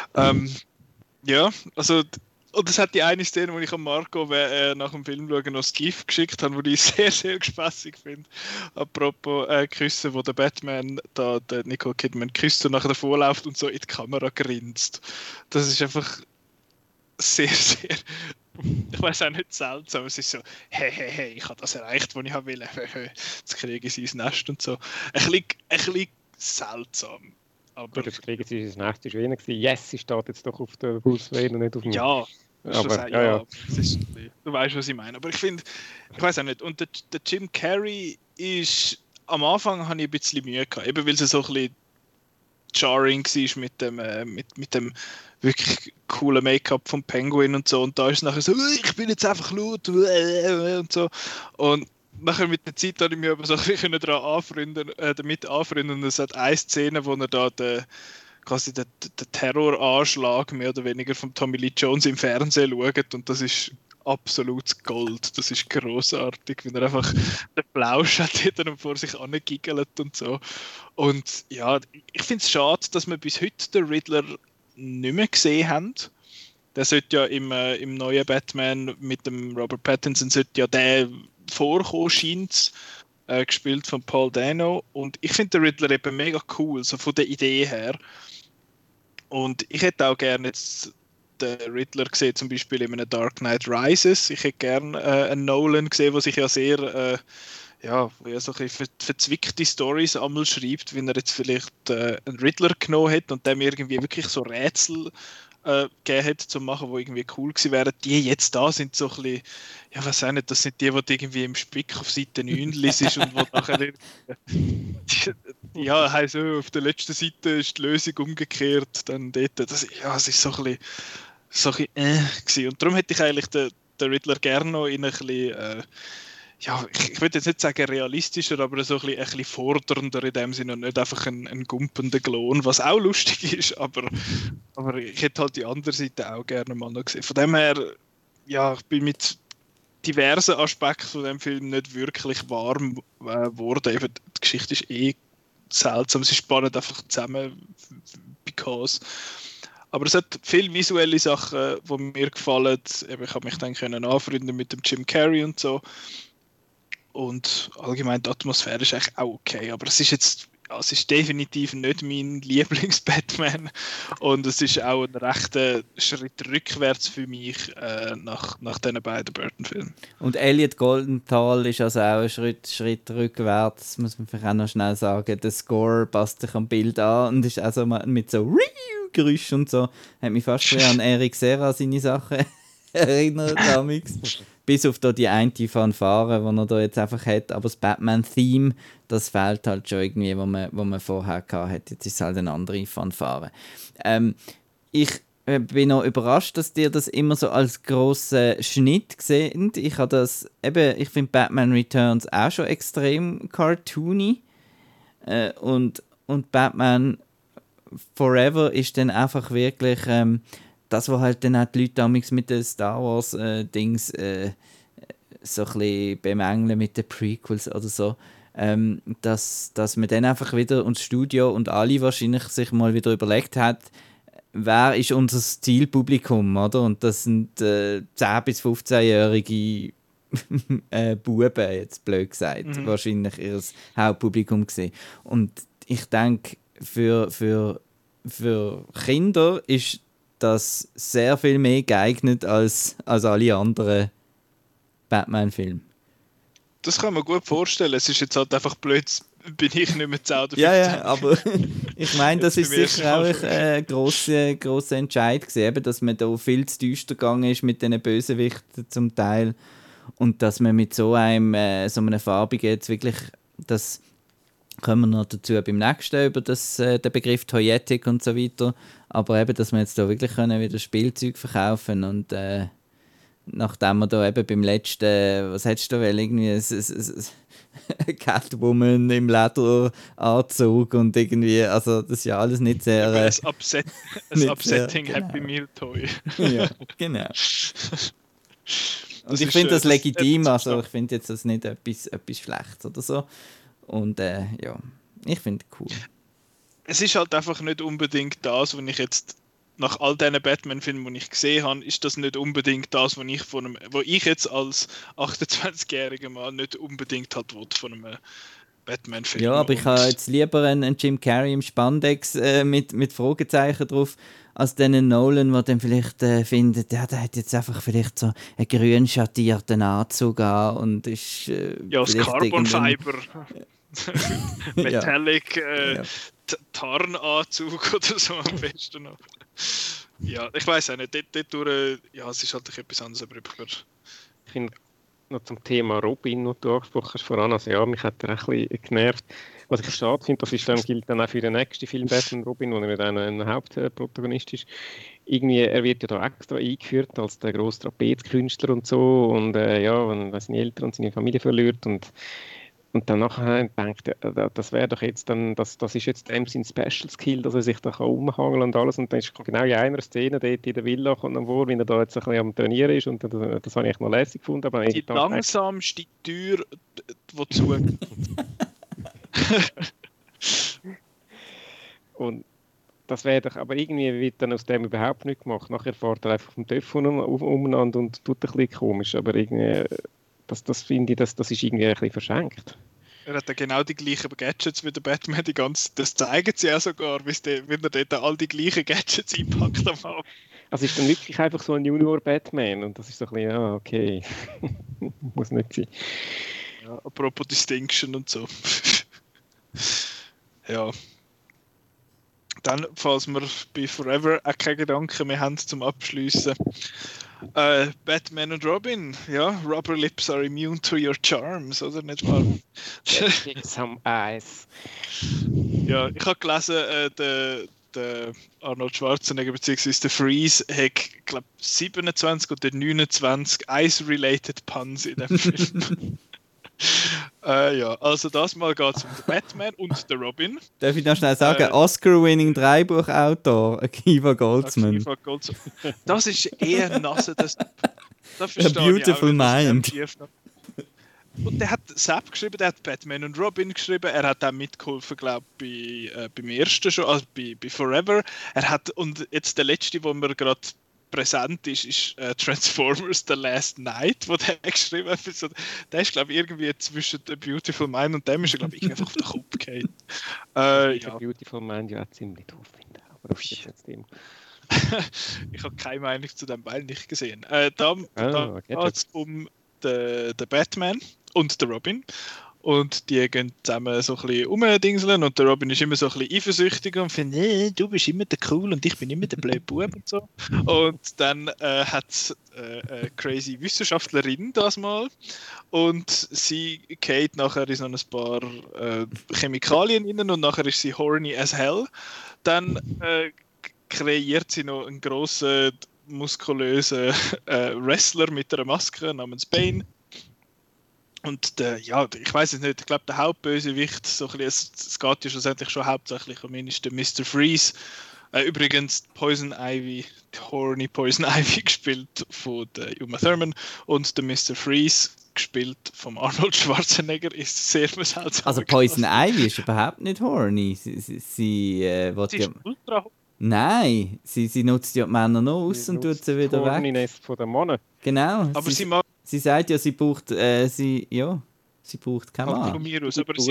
Ja, also und es hat die eine Szene, wo ich an Marco nach dem Film schauen noch das GIF geschickt habe, wo ich sehr, sehr spaßig finde. Apropos Küssen, wo der Batman da der Nicole Kidman küsst und nachher davor läuft und so in die Kamera grinst. Das ist einfach sehr, sehr, ich weiß auch nicht, seltsam. Es ist so, hey, ich habe das erreicht, was ich will. Jetzt kriege ich sein Nest und so. Ein bisschen seltsam. Aber das kriegen sie ins nächste Schweden gewesen. Yes, sie steht jetzt doch auf der Bruce Wayne und nicht auf dem... Ja, aber, ja. Es ist, du weißt, was ich meine. Aber ich finde, ich weiß auch nicht. Und der Jim Carrey ist, am Anfang habe ich ein bisschen Mühe gehabt, eben weil es so ein bisschen jarring war mit dem wirklich coolen Make-up vom Penguin und so. Und da ist es nachher so, ich bin jetzt einfach laut und so. Und nachher mit der Zeit habe ich mich aber so ein bisschen damit anfreunden. Und es hat eine Szene, wo er da quasi den Terroranschlag mehr oder weniger von Tommy Lee Jones im Fernsehen schaut. Und das ist absolutes Gold. Das ist grossartig, wenn er einfach den Plausch hat und vor sich angiggelt und so. Und ja, ich finde es schade, dass wir bis heute den Riddler nicht mehr gesehen haben. Der sollte ja im neuen Batman mit dem Robert Pattinson sollte ja der vorkommen, scheint gespielt von Paul Dano. Und ich finde den Riddler eben mega cool, so von der Idee her. Und ich hätte auch gerne jetzt den Riddler gesehen, zum Beispiel in einem Dark Knight Rises. Ich hätte gerne einen Nolan gesehen, der sich ja sehr wo er so ein bisschen verzwickte Storys einmal schreibt, wenn er jetzt vielleicht einen Riddler genommen hat und dem irgendwie wirklich so Rätsel gegeben hat, zu machen, die irgendwie cool gewesen wären. Die jetzt da sind so ein bisschen, ja, was auch nicht, das sind die irgendwie im Spick auf Seite 9 liest und wo nachher ja, heisst so, auf der letzten Seite ist die Lösung umgekehrt, dann dort, es ist so ein bisschen gewesen. Und darum hätte ich eigentlich den Riddler gerne noch in ein bisschen ich würde jetzt nicht sagen realistischer, aber so ein bisschen fordernder in dem Sinne und nicht einfach ein gumpender Klon, was auch lustig ist, aber ich hätte halt die andere Seite auch gerne mal noch gesehen. Von dem her, ja, ich bin mit diversen Aspekten von dem Film nicht wirklich warm geworden. Eben, die Geschichte ist seltsam, sie spannen einfach zusammen, because... Aber es hat viele visuelle Sachen, die mir gefallen. Eben, ich habe mich dann anfreunden mit dem Jim Carrey und so. Und allgemein die Atmosphäre ist eigentlich auch okay, aber es ist definitiv nicht mein Lieblings-Batman und es ist auch ein rechter Schritt rückwärts für mich nach diesen beiden Burton-Filmen. Und Elliot Goldenthal ist also auch ein Schritt rückwärts, muss man vielleicht auch noch schnell sagen. Der Score passt sich am Bild an und ist also mit so Geräusch und so. Hat mich fast an Eric Serra seine Sachen erinnert damals. Bis auf da die eine Fanfare, die er da jetzt einfach hat. Aber das Batman-Theme, das fehlt halt schon irgendwie, wo man vorher gehabt hat. Jetzt ist es halt eine andere Fanfare. Ich bin noch überrascht, dass ihr das immer so als grossen Schnitt seht. Ich finde Batman Returns auch schon extrem cartoony. Und Batman Forever ist dann einfach wirklich das, was halt dann auch die Leute damals mit den Star Wars Dings so ein bisschen bemängeln mit den Prequels oder so. Dass man dann einfach wieder und das Studio und alle wahrscheinlich sich mal wieder überlegt hat, wer ist unser Zielpublikum, oder? Und das sind 10- bis 15-jährige Buben, jetzt blöd gesagt, wahrscheinlich ihr Hauptpublikum gesehen. Und ich denke, für Kinder ist das sehr viel mehr geeignet als alle anderen Batman-Filme. Das kann man gut vorstellen. Es ist jetzt halt einfach blöd, bin ich nicht mehr 10 oder 15. Ja, aber ich meine, das ist sicher auch ein grosser Entscheid gewesen, dass man da viel zu düster gegangen ist mit diesen Bösewichten zum Teil und dass man mit so einem farbigen jetzt wirklich, das kommen wir noch dazu beim nächsten über den Begriff Toyetic und so weiter, aber eben, dass wir jetzt da wirklich wieder Spielzeug verkaufen und nachdem wir da eben beim letzten, was hättest du da irgendwie, Catwoman im Lederanzug und irgendwie, also das ist ja alles nicht sehr... ein Upsetting genau. Happy Meal Toy. Ja, genau. Und ich finde das legitim, also ich finde jetzt das nicht etwas Schlechtes oder so. Und ja, ich finde es cool. Es ist halt einfach nicht unbedingt das, was ich jetzt nach all diesen Batman-Filmen, die ich gesehen habe, ist das nicht unbedingt das, was ich jetzt als 28-jähriger Mann nicht unbedingt halt will von einem Batman-Film. Ja, aber ich habe jetzt lieber einen Jim Carrey im Spandex mit Fragezeichen drauf, als den Nolan, der dann vielleicht findet, der hat jetzt einfach vielleicht so einen grün schattierten Anzug an und ist... das Carbon Fiber. Metallic Tarnanzug oder so am besten noch. Ja, ich weiß auch nicht. Es ist halt etwas anderes, aber ich finde noch zum Thema Robin, das du angesprochen hast voran, also ja, mich hat er ein bisschen genervt. Was ich schade finde, gilt dann auch für den nächsten Film Batman Robin, wo er dann ein Hauptprotagonist ist. Irgendwie, er wird ja da extra eingeführt als der grosse Trapezkünstler und so und wenn er seine Eltern und seine Familie verliert und dann nachher denkt, das wäre doch jetzt dann, das ist jetzt dem sein Special Skill, dass er sich da umhangeln und alles. Und dann ist genau in einer Szene dort in der Villa kommt dann vor, wie er da jetzt ein bisschen am Trainieren ist. Und das habe ich noch lässig gefunden. Aber die langsamste Tür, die zugeht. Und das wäre doch, aber irgendwie wird dann aus dem überhaupt nicht gemacht. Nachher fährt er einfach vom Telefon umeinander und tut ein bisschen komisch. Aber irgendwie... Das finde ich, das ist irgendwie ein bisschen verschenkt. Er hat ja genau die gleichen Gadgets wie der Batman, das zeigen sie ja sogar, wenn er dort all die gleichen Gadgets einpackt am Abend. Also ist dann wirklich einfach so ein Junior-Batman und das ist so ein bisschen, okay, muss nicht sein. Ja, apropos Distinction und so. Ja. Dann, falls wir bei Forever auch keine Gedanken mehr haben zum Abschliessen. Batman und Robin, ja, rubber lips are immune to your charms, oder nicht wahr? Some eyes. Ja, ich habe gelesen, der Arnold Schwarzenegger bzw. der Freeze hat, glaube 27 oder 29 Ice-related Puns in dem Film. Ja, also das Mal geht es um den Batman und den Robin. Darf ich noch schnell sagen, Oscar-winning Dreibuchautor, Akiva Goldsman. Das ist eher nasse, A Beautiful Mind. Und der hat Sepp geschrieben, der hat Batman und Robin geschrieben, er hat auch mitgeholfen, glaube ich, beim ersten schon, also bei Forever. Und jetzt der letzte, wo wir gerade präsent ist Transformers The Last Night, wo der geschrieben hat. Der ist, glaube ich, irgendwie zwischen A Beautiful Mind und dem ist er, glaube ich, einfach auf den Kopf gefallen. Ja. Beautiful Mind ja ziemlich doof finde, aber das ist jetzt Thema. Ich habe keine Meinung zu dem Bein nicht gesehen. Da geht es um den Batman und den Robin. Und die gehen zusammen so ein bisschen rumdingseln und der Robin ist immer so ein bisschen eifersüchtig und findet, du bist immer der Cool und ich bin immer der blöde Bub und so. Und dann hat es eine crazy Wissenschaftlerin das mal und sie geht nachher in so ein paar Chemikalien rein und nachher ist sie horny as hell. Dann kreiert sie noch einen grossen, muskulösen Wrestler mit einer Maske namens Bane. Und ja, ich weiß es nicht, ich glaube, der Hauptbösewicht, so ein bisschen, es geht ja schlussendlich schon hauptsächlich um ihn, ist der Mr. Freeze. Übrigens Poison Ivy, die Horny Poison Ivy gespielt von der Uma Thurman und der Mr. Freeze gespielt von Arnold Schwarzenegger ist sehr seltsam. Also Poison Ivy ist überhaupt nicht horny. Sie will Sie ja... ist ultra. Nein, sie nutzt ja die Männer noch aus und tut sie wieder weg. Horniness von den Männern. Genau. Aber sie mag Sie sagt ja, sie braucht keinen Mann. von mir aus, aber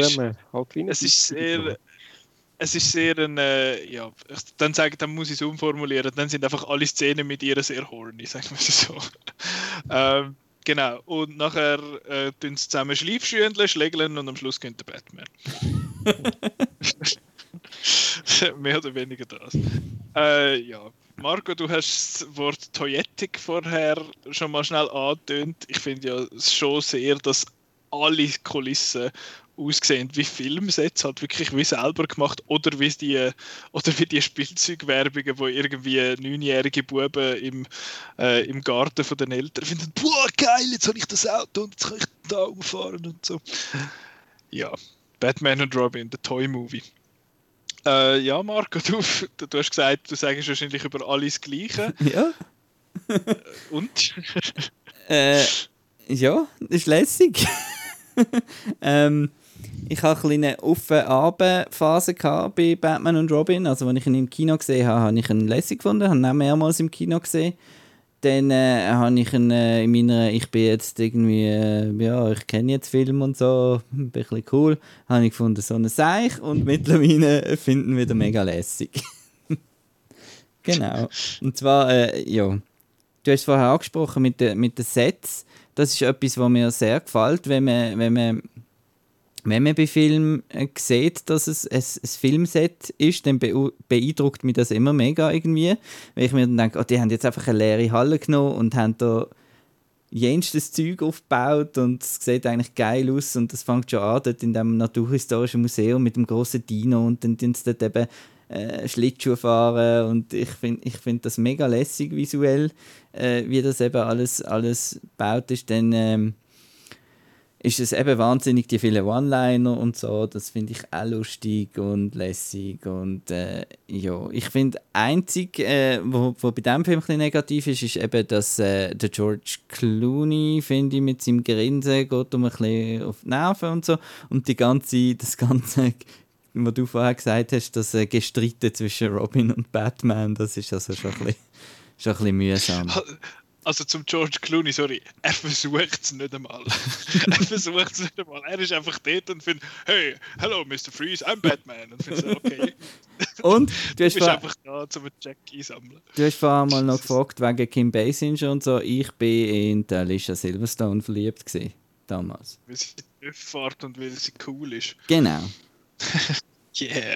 es ist sehr ein, ja, dann muss ich es umformulieren, dann sind einfach alle Szenen mit ihr sehr horny, sagen wir es so. Genau, und nachher tun sie zusammen Schleifschündle, schlägeln und am Schluss kommt der Batman. Mehr oder weniger das. Ja, Marco, du hast das Wort Toyetic vorher schon mal schnell angetönt. Ich finde ja schon sehr, dass alle Kulissen aussehen wie Filmsets, halt wirklich wie selber gemacht oder wie die Spielzeugwerbungen, wo irgendwie 9-jährige Buben im Garten von den Eltern finden, boah geil, jetzt habe ich das Auto und jetzt kann ich da umfahren und so. Ja, Batman und Robin, der Toy Movie. Ja, Marco, du hast gesagt, du sagst wahrscheinlich über alles Gleiche. Ja. Und? Ja, das ist lässig. Ich hatte eine kleine Auf-Abend-Phase bei Batman und Robin. Also, als ich ihn im Kino gesehen habe, habe ich ihn lässig gefunden. Ich habe ihn auch mehrmals im Kino gesehen. Dann habe ich ihn ich bin jetzt irgendwie, ich kenne jetzt Film und so, ein bisschen cool. Habe ich gefunden, so einen Seich und mittlerweile finden wir wieder mega lässig. Genau. Und zwar, ja, du hast es vorher angesprochen mit den Sets. Das ist etwas, was mir sehr gefällt, wenn man bei Filmen sieht, dass es ein Filmset ist, dann beeindruckt mich das immer mega irgendwie. Weil ich mir dann denke, die haben jetzt einfach eine leere Halle genommen und haben da jenstes Zeug aufgebaut und es sieht eigentlich geil aus und das fängt schon an dort in dem Naturhistorischen Museum mit dem grossen Dino und dann tun sie dort eben Schlittschuh fahren und ich find das mega lässig visuell, wie das eben alles gebaut ist. Dann ist es eben wahnsinnig, die vielen One-Liner und so, das finde ich auch lustig und lässig und ja, ich finde einzig, wo bei diesem Film ein bisschen negativ ist eben, dass der George Clooney, finde ich, mit seinem Grinsen geht ein bisschen auf die Nerven und so und das Ganze, was du vorher gesagt hast, das Gestritten zwischen Robin und Batman, das ist also schon ein bisschen mühsam. Also zum George Clooney, sorry, er versucht es nicht einmal. Er ist einfach dort und findet, hey, hello Mr. Freeze, I'm Batman. Und findet so, okay. Und du bist einfach da, um einen Jack einsammeln. Du hast vorher mal noch gefragt, wegen Kim Basinger und so. Ich bin in Alicia Silverstone verliebt gewesen, damals. Weil sie TÜV fährt und weil sie cool ist. Genau. Yeah.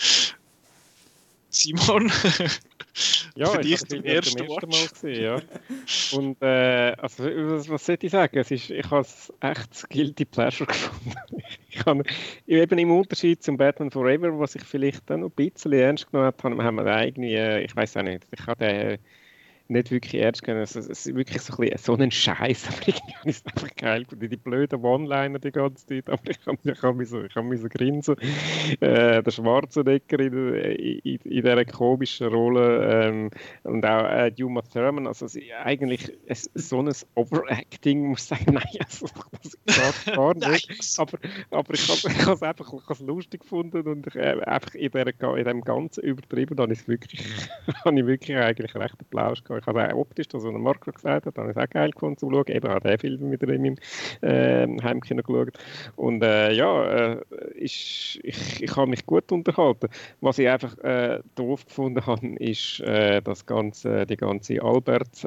Simon? Ja, für dich zum ersten Mal gesehen, ja. Und also, was soll ich sagen? Ich habe es echt Guilty Pleasure gefunden. Eben im Unterschied zum Batman Forever, was ich vielleicht dann noch ein bisschen ernst genommen habe, haben wir irgendwie, ich weiß auch nicht, ich habe den nicht wirklich ernst genommen. Es ist wirklich so ein Scheiß, aber irgendwie ist es einfach geil. Die blöden One-Liner die ganze Zeit, aber ich kann mich so grinsen. Der Schwarzenegger in dieser komischen Rolle und auch Uma Thurman, also eigentlich so ein Overacting, muss ich sagen, nein, also, das geht gar nicht. aber ich habe es einfach lustig gefunden und einfach in dem ganzen Übertrieben, habe ich wirklich eigentlich recht Applaus gehabt. Ich habe auch optisch, das was Marco gesagt hat, habe ich auch geil gefunden zu schauen. Eben auch den Film wieder in meinem Heimkino geschaut. Und ich habe mich gut unterhalten. Was ich einfach doof gefunden habe, ist die ganze Albert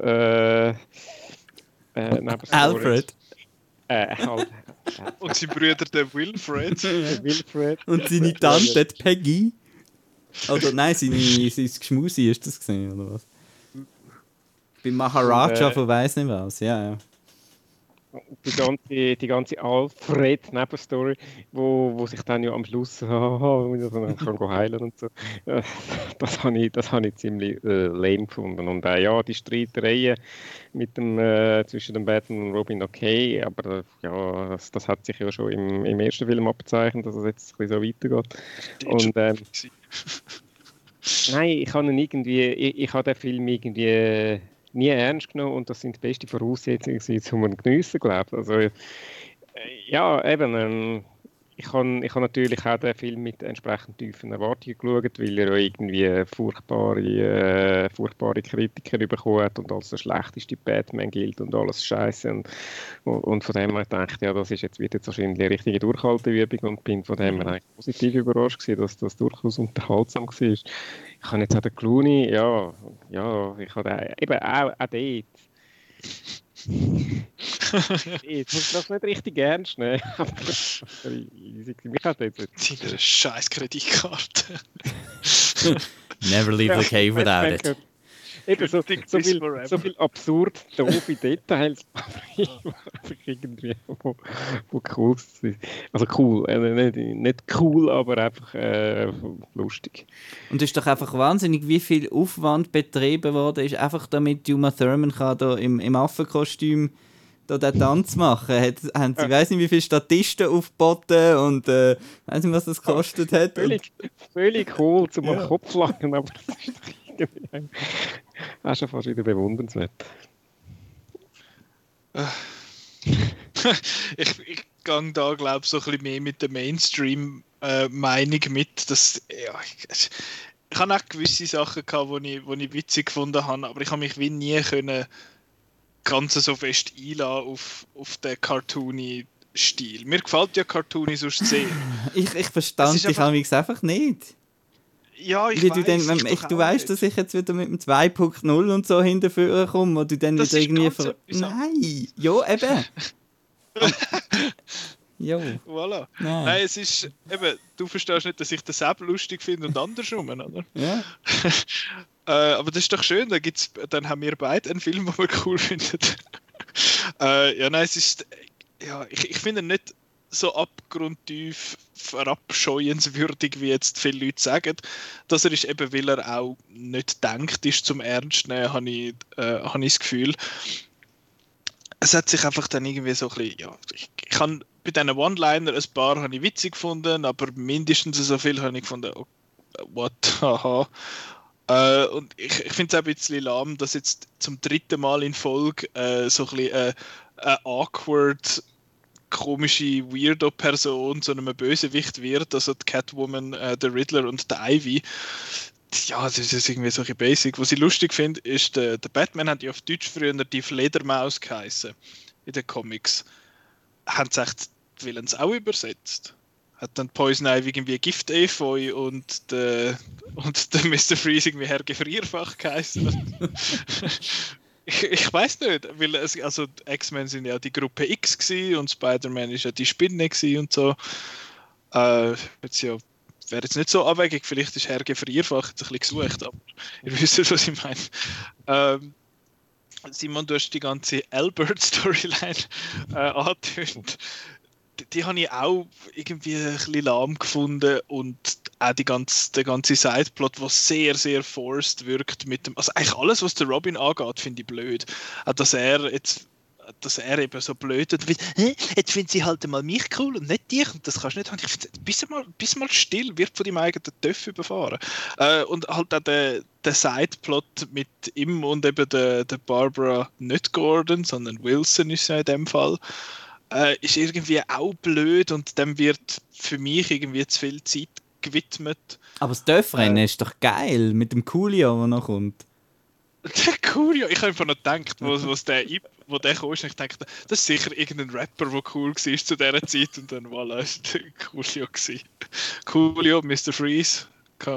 Alfred. Und sein Bruder, der Wilfred. Und seine Tante, die Peggy. Oder nein, sein Geschmusi ist das gesehen, oder was? Bei Maharaja von weiss nicht was, ja. die ganze Alfred-Nebenstory, wo sich dann ja am Schluss kann heilen und so. Das habe ich ziemlich lame gefunden. Und ja, die Streitereien zwischen dem Batman und Robin okay, aber ja, das hat sich ja schon im ersten Film abgezeichnet, dass es jetzt ein bisschen so weitergeht. Und nein, ich habe den Film irgendwie nie ernst genommen und das sind die besten Voraussetzungen um ihn geniessen, glaube ich. Also, ja, eben, ich habe natürlich auch den Film mit entsprechend tiefen Erwartungen geschaut, weil er ja irgendwie furchtbare Kritiker bekommen hat und als der schlechteste Batman gilt und alles Scheiße. Und von dem her dachte ich, ja, wird jetzt wahrscheinlich eine richtige Durchhalteübung und bin von dem her eigentlich positiv überrascht gewesen, dass das durchaus unterhaltsam war. Ich habe jetzt auch den Clooney, ja, ich habe eben auch dort. Ich muss das nicht richtig ernst nehmen. Mich hat jetzt seine scheiß Kreditkarte. Never leave the cave without it. Eben so viel absurd doofe Details, aber irgendwie, wo cool sind. Also cool, nicht cool, aber einfach lustig. Und es ist doch einfach wahnsinnig, wie viel Aufwand betrieben worden ist, einfach damit Uma Thurman kann da im Affenkostüm da den Tanz machen. Haben sie, weiss nicht, wie viele Statisten aufgeboten und weiss nicht, was das gekostet hat. Völlig cool zum am Kopf langen, aber das ist doch irgendwie auch schon fast wieder bewundernswert. Ich gehe da, glaube ich, so ein bisschen mehr mit der Mainstream-Meinung mit. Dass, ja, ich habe auch gewisse Sachen gehabt, die ich witzig gefunden habe, aber ich habe mich wie nie können ganz so fest einlassen auf den Cartoony-Stil. Mir gefällt ja Cartoony sonst sehr. Ich verstand dich einfach nicht. Ja, ich weiss. Du weißt, dass ich jetzt wieder mit dem 2.0 und so hinterführen komme, wo du dann das wieder irgendwie... Nein! Ja, eben! Jo. Voilà. Nein, es ist eben, du verstehst nicht, dass ich das selbst lustig finde und andersrum, oder? Ja. Aber das ist doch schön, dann haben wir beide einen Film, den wir cool finden. Ja, nein, es ist... Ja, ich finde ihn nicht so abgrundtief verabscheuenswürdig, wie jetzt viele Leute sagen. Dass er ist eben, weil er auch nicht denkt ist zum Ernst nehmen, habe ich das Gefühl. Es hat sich einfach dann irgendwie so ein bisschen... Ja, ich kann bei diesen One-Liner ein paar habe ich witzig gefunden, aber mindestens so viel habe ich gefunden, oh, what, haha. Und ich finde es auch ein bisschen lahm, dass jetzt zum dritten Mal in Folge so ein bisschen eine awkward, komische Weirdo-Person zu einem Bösewicht wird, also die Catwoman, der Riddler und der Ivy. Ja, das ist irgendwie so ein basic. Was ich lustig finde, ist, der Batman hat ja auf Deutsch früher die Fledermaus geheißen in den Comics. Haben sie echt die Villains auch übersetzt? Hat dann Poison Ivy irgendwie Gift-Efeu und der Mr. Freeze irgendwie Herr Gefrierfach geheißen? Ich weiß nicht, weil also X-Men sind ja die Gruppe X gewesen und Spider-Man ist ja die Spinne und so. Wäre jetzt nicht so abwegig, vielleicht ist Herr Gefrierfach jetzt ein bisschen gesucht, aber ihr wisst, was ich meine. Simon, du hast die ganze Albert-Storyline angetönt. Die habe ich auch irgendwie ein bisschen lahm gefunden und auch der ganze Sideplot, der sehr, sehr forced wirkt mit dem, also eigentlich alles, was der Robin angeht, finde ich blöd. Auch dass er eben so blöd und jetzt finden sie halt mal mich cool und nicht dich und das kannst du nicht haben. Ich finde, bist mal still, wird von deinem eigenen Töff überfahren. Und halt auch der Sideplot mit ihm und eben der Barbara, nicht Gordon, sondern Wilson ist ja in dem Fall, ist irgendwie auch blöd und dem wird für mich irgendwie zu viel Zeit gewidmet. Aber das Dörfrennen ist doch geil, mit dem Coolio, der noch kommt. Der Coolio, ich habe einfach noch gedacht, wo der kam, ich dachte, das ist sicher irgendein Rapper, der cool war zu dieser Zeit und dann voilà, ist der Coolio gewesen. Coolio, Mr. Freeze,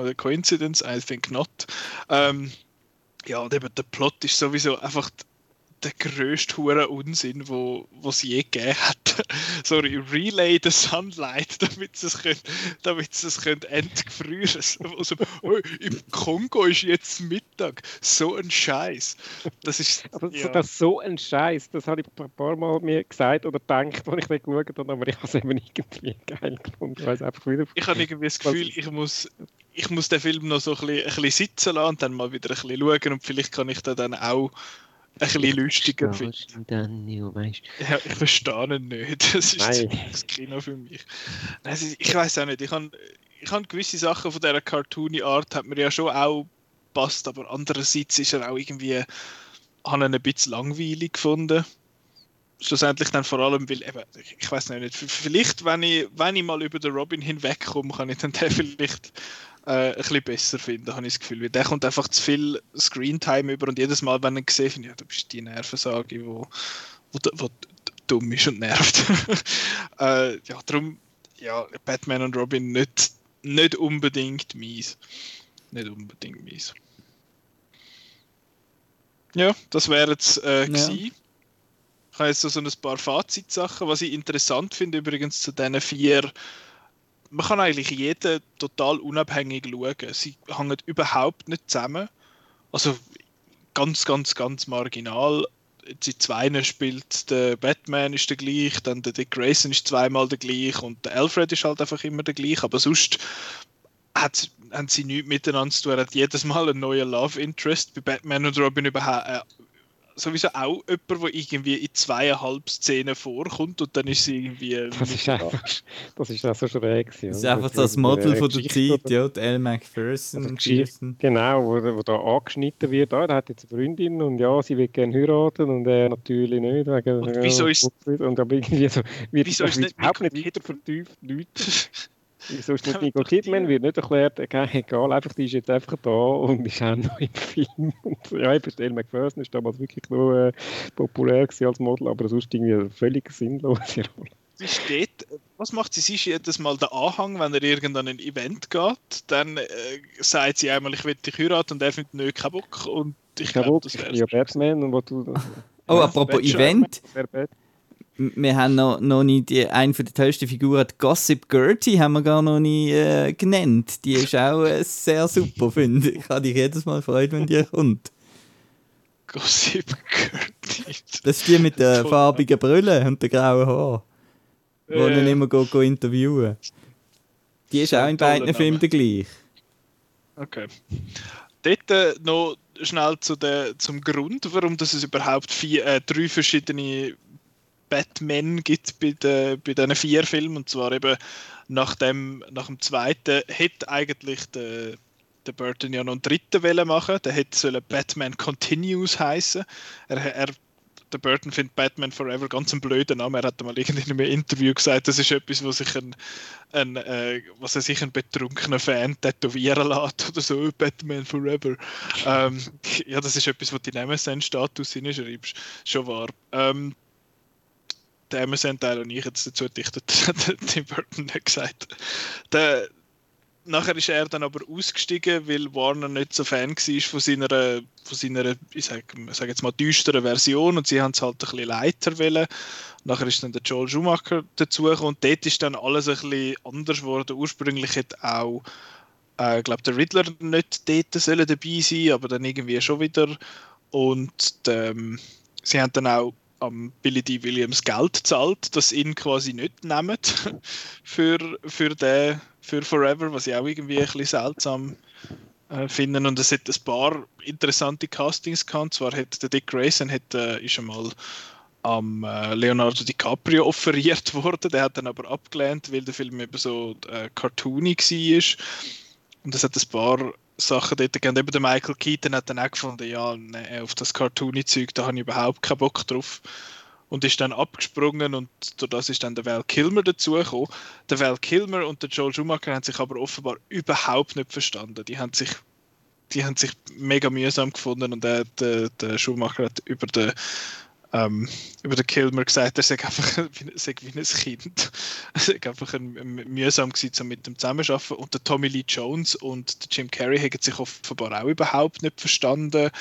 Coincidence, I think not. Ja, und eben der Plot ist sowieso einfach der grösste hure Unsinn, wo es je gegeben hat. Sorry, relay the sunlight, damit sie es entgefrieren. Also, oh, im Kongo ist jetzt Mittag. So ein Scheiß. Das ist aber so ein Scheiß, das habe ich ein paar Mal mir gesagt oder gedacht, als ich nicht geschaut habe, aber ich habe es eben irgendwie geil gefunden. Ich habe irgendwie das Gefühl, ich muss den Film noch so ein bisschen sitzen lassen und dann mal wieder ein bisschen schauen und vielleicht kann ich den dann auch ein bisschen lustiger finden. Ja, ich verstehe ihn nicht. Das ist das Kino für mich. Ich weiß auch nicht. Ich habe gewisse Sachen von dieser cartoony Art hat mir ja schon auch gepasst, aber andererseits ist er auch irgendwie habe ihn ein bisschen langweilig gefunden. Schlussendlich dann vor allem, weil eben, ich weiß nicht, vielleicht, wenn ich mal über den Robin hinwegkomme, kann ich dann den vielleicht ein bisschen besser finden, habe ich das Gefühl. Weil der kommt einfach zu viel Screentime über und jedes Mal, wenn ich ihn sehe, finde ich, ja, du bist die Nervensage, wo dumm ist und nervt. Ja, darum, ja, Batman und Robin nicht unbedingt mies. Nicht unbedingt mies. Ja, das wäre jetzt gewesen. Ich habe jetzt so ein paar Fazitsachen, was ich interessant finde übrigens zu diesen 4. Man kann eigentlich jeden total unabhängig schauen. Sie hängen überhaupt nicht zusammen. Also ganz, ganz, ganz marginal. Jetzt in 2 spielt der Batman ist der gleich, dann der Dick Grayson ist zweimal der gleich und der Alfred ist halt einfach immer der gleich. Aber sonst haben sie nichts miteinander zu tun. Er hat jedes Mal einen neuen Love Interest. Bei Batman und Robin überhaupt sowieso auch jemand, der irgendwie in 2,5 Szenen vorkommt und dann ist sie irgendwie... Das ist auch so schräg. Ja. Das ist einfach das Model von der Zeit, ja, die Elle Macpherson. Genau, wo da angeschnitten wird, der hat jetzt eine Freundin und ja, sie will gerne heiraten und er natürlich nicht. Und wieso ist... Und aber irgendwie so, wieso ist nicht überhaupt nicht weiter vertieft, Leute. Wieso ist nicht Nicole Kidman? Wird nicht erklärt, egal, einfach, die ist jetzt einfach da und ist auch noch im Film. Und, ja, eben, Elle Macpherson ist damals wirklich noch populär als Model, aber sonst irgendwie eine völlig sinnlose Rolle. Sie steht, was macht sie? Sie ist jedes Mal der Anhang, wenn er irgendwann ein Event geht, dann sagt sie einmal, ich will dich heiraten und er findet, nö, keinen Bock. Und ich glaube, das wäre... Ja, Batman und was du... Oh, apropos Event... Wir haben noch nicht eine der tollsten Figuren, Gossip Gertie, haben wir gar noch nie genannt. Die ist auch sehr super, finde ich. Ich habe dich jedes Mal freut, wenn die kommt. Gossip Gertie. Das ist die mit der farbigen Brille und den grauen Haaren, die ihn immer go interviewen. Die ist auch in beiden Filmen gleich. Okay. Dort noch schnell zum Grund, warum das es überhaupt 3 verschiedene Batman gibt bei diesen 4 Filmen, und zwar eben nach dem 2. hätte eigentlich der Burton ja noch einen 3. wollen machen. Der hätte Batman Continues heißen. Der Burton findet Batman Forever ganz einen blöden Namen. Er hat mal in einem Interview gesagt, das ist etwas, was sich was er sich ein betrunkener Fan tätowieren lässt oder so, Batman Forever. Ja, das ist etwas, was du in MSN-Status hineinschreibst. Schon wahr. Der Amazon-Teil und ich jetzt dazu dichtet, hat Tim Burton nicht gesagt. Nachher ist er dann aber ausgestiegen, weil Warner nicht so Fan war von seiner ich sage jetzt mal, düsteren Version und sie haben es halt ein bisschen leiter wollen. Nachher ist dann der Joel Schumacher dazugekommen und dort ist dann alles ein bisschen anders geworden. Ursprünglich hätte auch glaube der Riddler nicht dort dabei sein, aber dann irgendwie schon wieder. Und sie haben dann auch am Billy D. Williams Geld gezahlt, dass sie ihn quasi nicht nehmen für Forever, was ich auch irgendwie ein bisschen seltsam finde. Und es hat ein paar interessante Castings gehabt. Zwar hat der Dick Grayson ist einmal am Leonardo DiCaprio offeriert worden, der hat dann aber abgelehnt, weil der Film eben so cartoony war. Und es hat ein paar Sachen dort gegeben. Eben der Michael Keaton hat dann auch gefunden, ja, nee, auf das Cartoony-Zeug, da habe ich überhaupt keinen Bock drauf. Und ist dann abgesprungen und durch das ist dann der Val Kilmer dazugekommen. Der Val Kilmer und der Joel Schumacher haben sich aber offenbar überhaupt nicht verstanden. Die haben sich mega mühsam gefunden und der Schumacher hat über den Kilmer gesagt, er sei einfach wie ein Kind. Es sei einfach mühsam gewesen, um mit dem zusammenzuarbeiten. Und der Tommy Lee Jones und der Jim Carrey haben sich offenbar auch überhaupt nicht verstanden.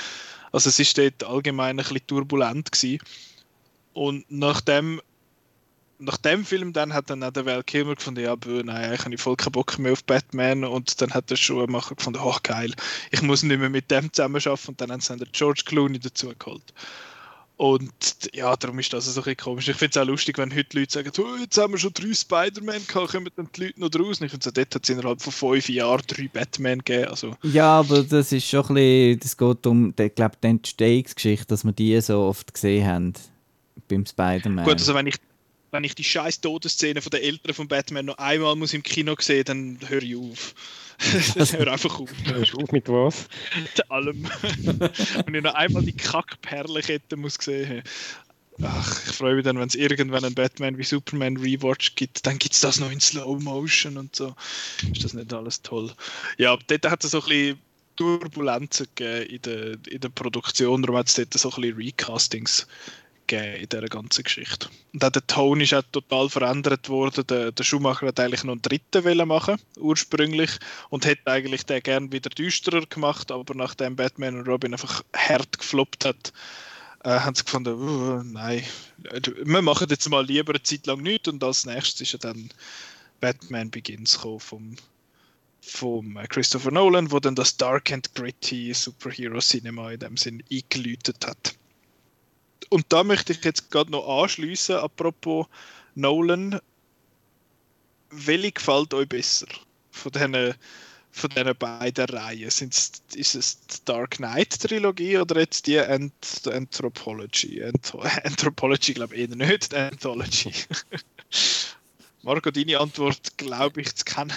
Also es ist dort allgemein ein bisschen turbulent gewesen. Und nach dem Film dann hat dann auch der Val Kilmer gefunden, ja, nein, ich habe voll keinen Bock mehr auf Batman. Und dann hat der Schuhmacher gefunden, oh geil, ich muss nicht mehr mit dem zusammenarbeiten. Und dann haben sie den George Clooney dazu geholt. Und ja, darum ist das so ein bisschen komisch. Ich finde es auch lustig, wenn heute Leute sagen, oh, jetzt haben wir schon 3 Spider-Man gehabt, kommen dann die Leute noch draus? Und ich finde, so, dort hat es innerhalb von 5 Jahren 3 Batman gegeben. Also. Ja, aber das ist schon ein bisschen, das geht um, ich glaube, die Entstehungsgeschichte, dass wir die so oft gesehen haben beim Spider-Man. Gut, also wenn ich die scheiß Todesszene von den Eltern von Batman noch einmal muss im Kino sehen, dann höre ich auf. Hör einfach auf. Hörst du auf mit was? Mit allem. Wenn ich noch einmal die Kackperlenkette muss sehen. Ach, ich freue mich dann, wenn es irgendwann einen Batman wie Superman Rewatch gibt, dann gibt es das noch in Slow Motion und so. Ist das nicht alles toll? Ja, dort hat es so ein bisschen Turbulenzen gegeben in der Produktion, darum hat es dort so ein bisschen Recastings gegeben in dieser ganzen Geschichte. Und auch der Ton ist auch total verändert worden. Der Schumacher hat eigentlich noch einen dritten wollen machen, ursprünglich, und hätte eigentlich den gerne wieder düsterer gemacht, aber nachdem Batman und Robin einfach hart gefloppt hat, haben sie gefunden, nein, wir machen jetzt mal lieber eine Zeit lang nichts, und als nächstes ist ja dann Batman Begins gekommen vom Christopher Nolan, wo dann das Dark and Gritty Superhero Cinema in dem Sinn eingeläutet hat. Und da möchte ich jetzt gerade noch anschliessen, apropos Nolan. Welche gefällt euch besser von diesen beiden Reihen? Ist es die Dark Knight Trilogie oder jetzt die Anthropology? Anthropology glaube ich eher nicht, die Anthology. Marco, deine Antwort glaube ich zu kennen.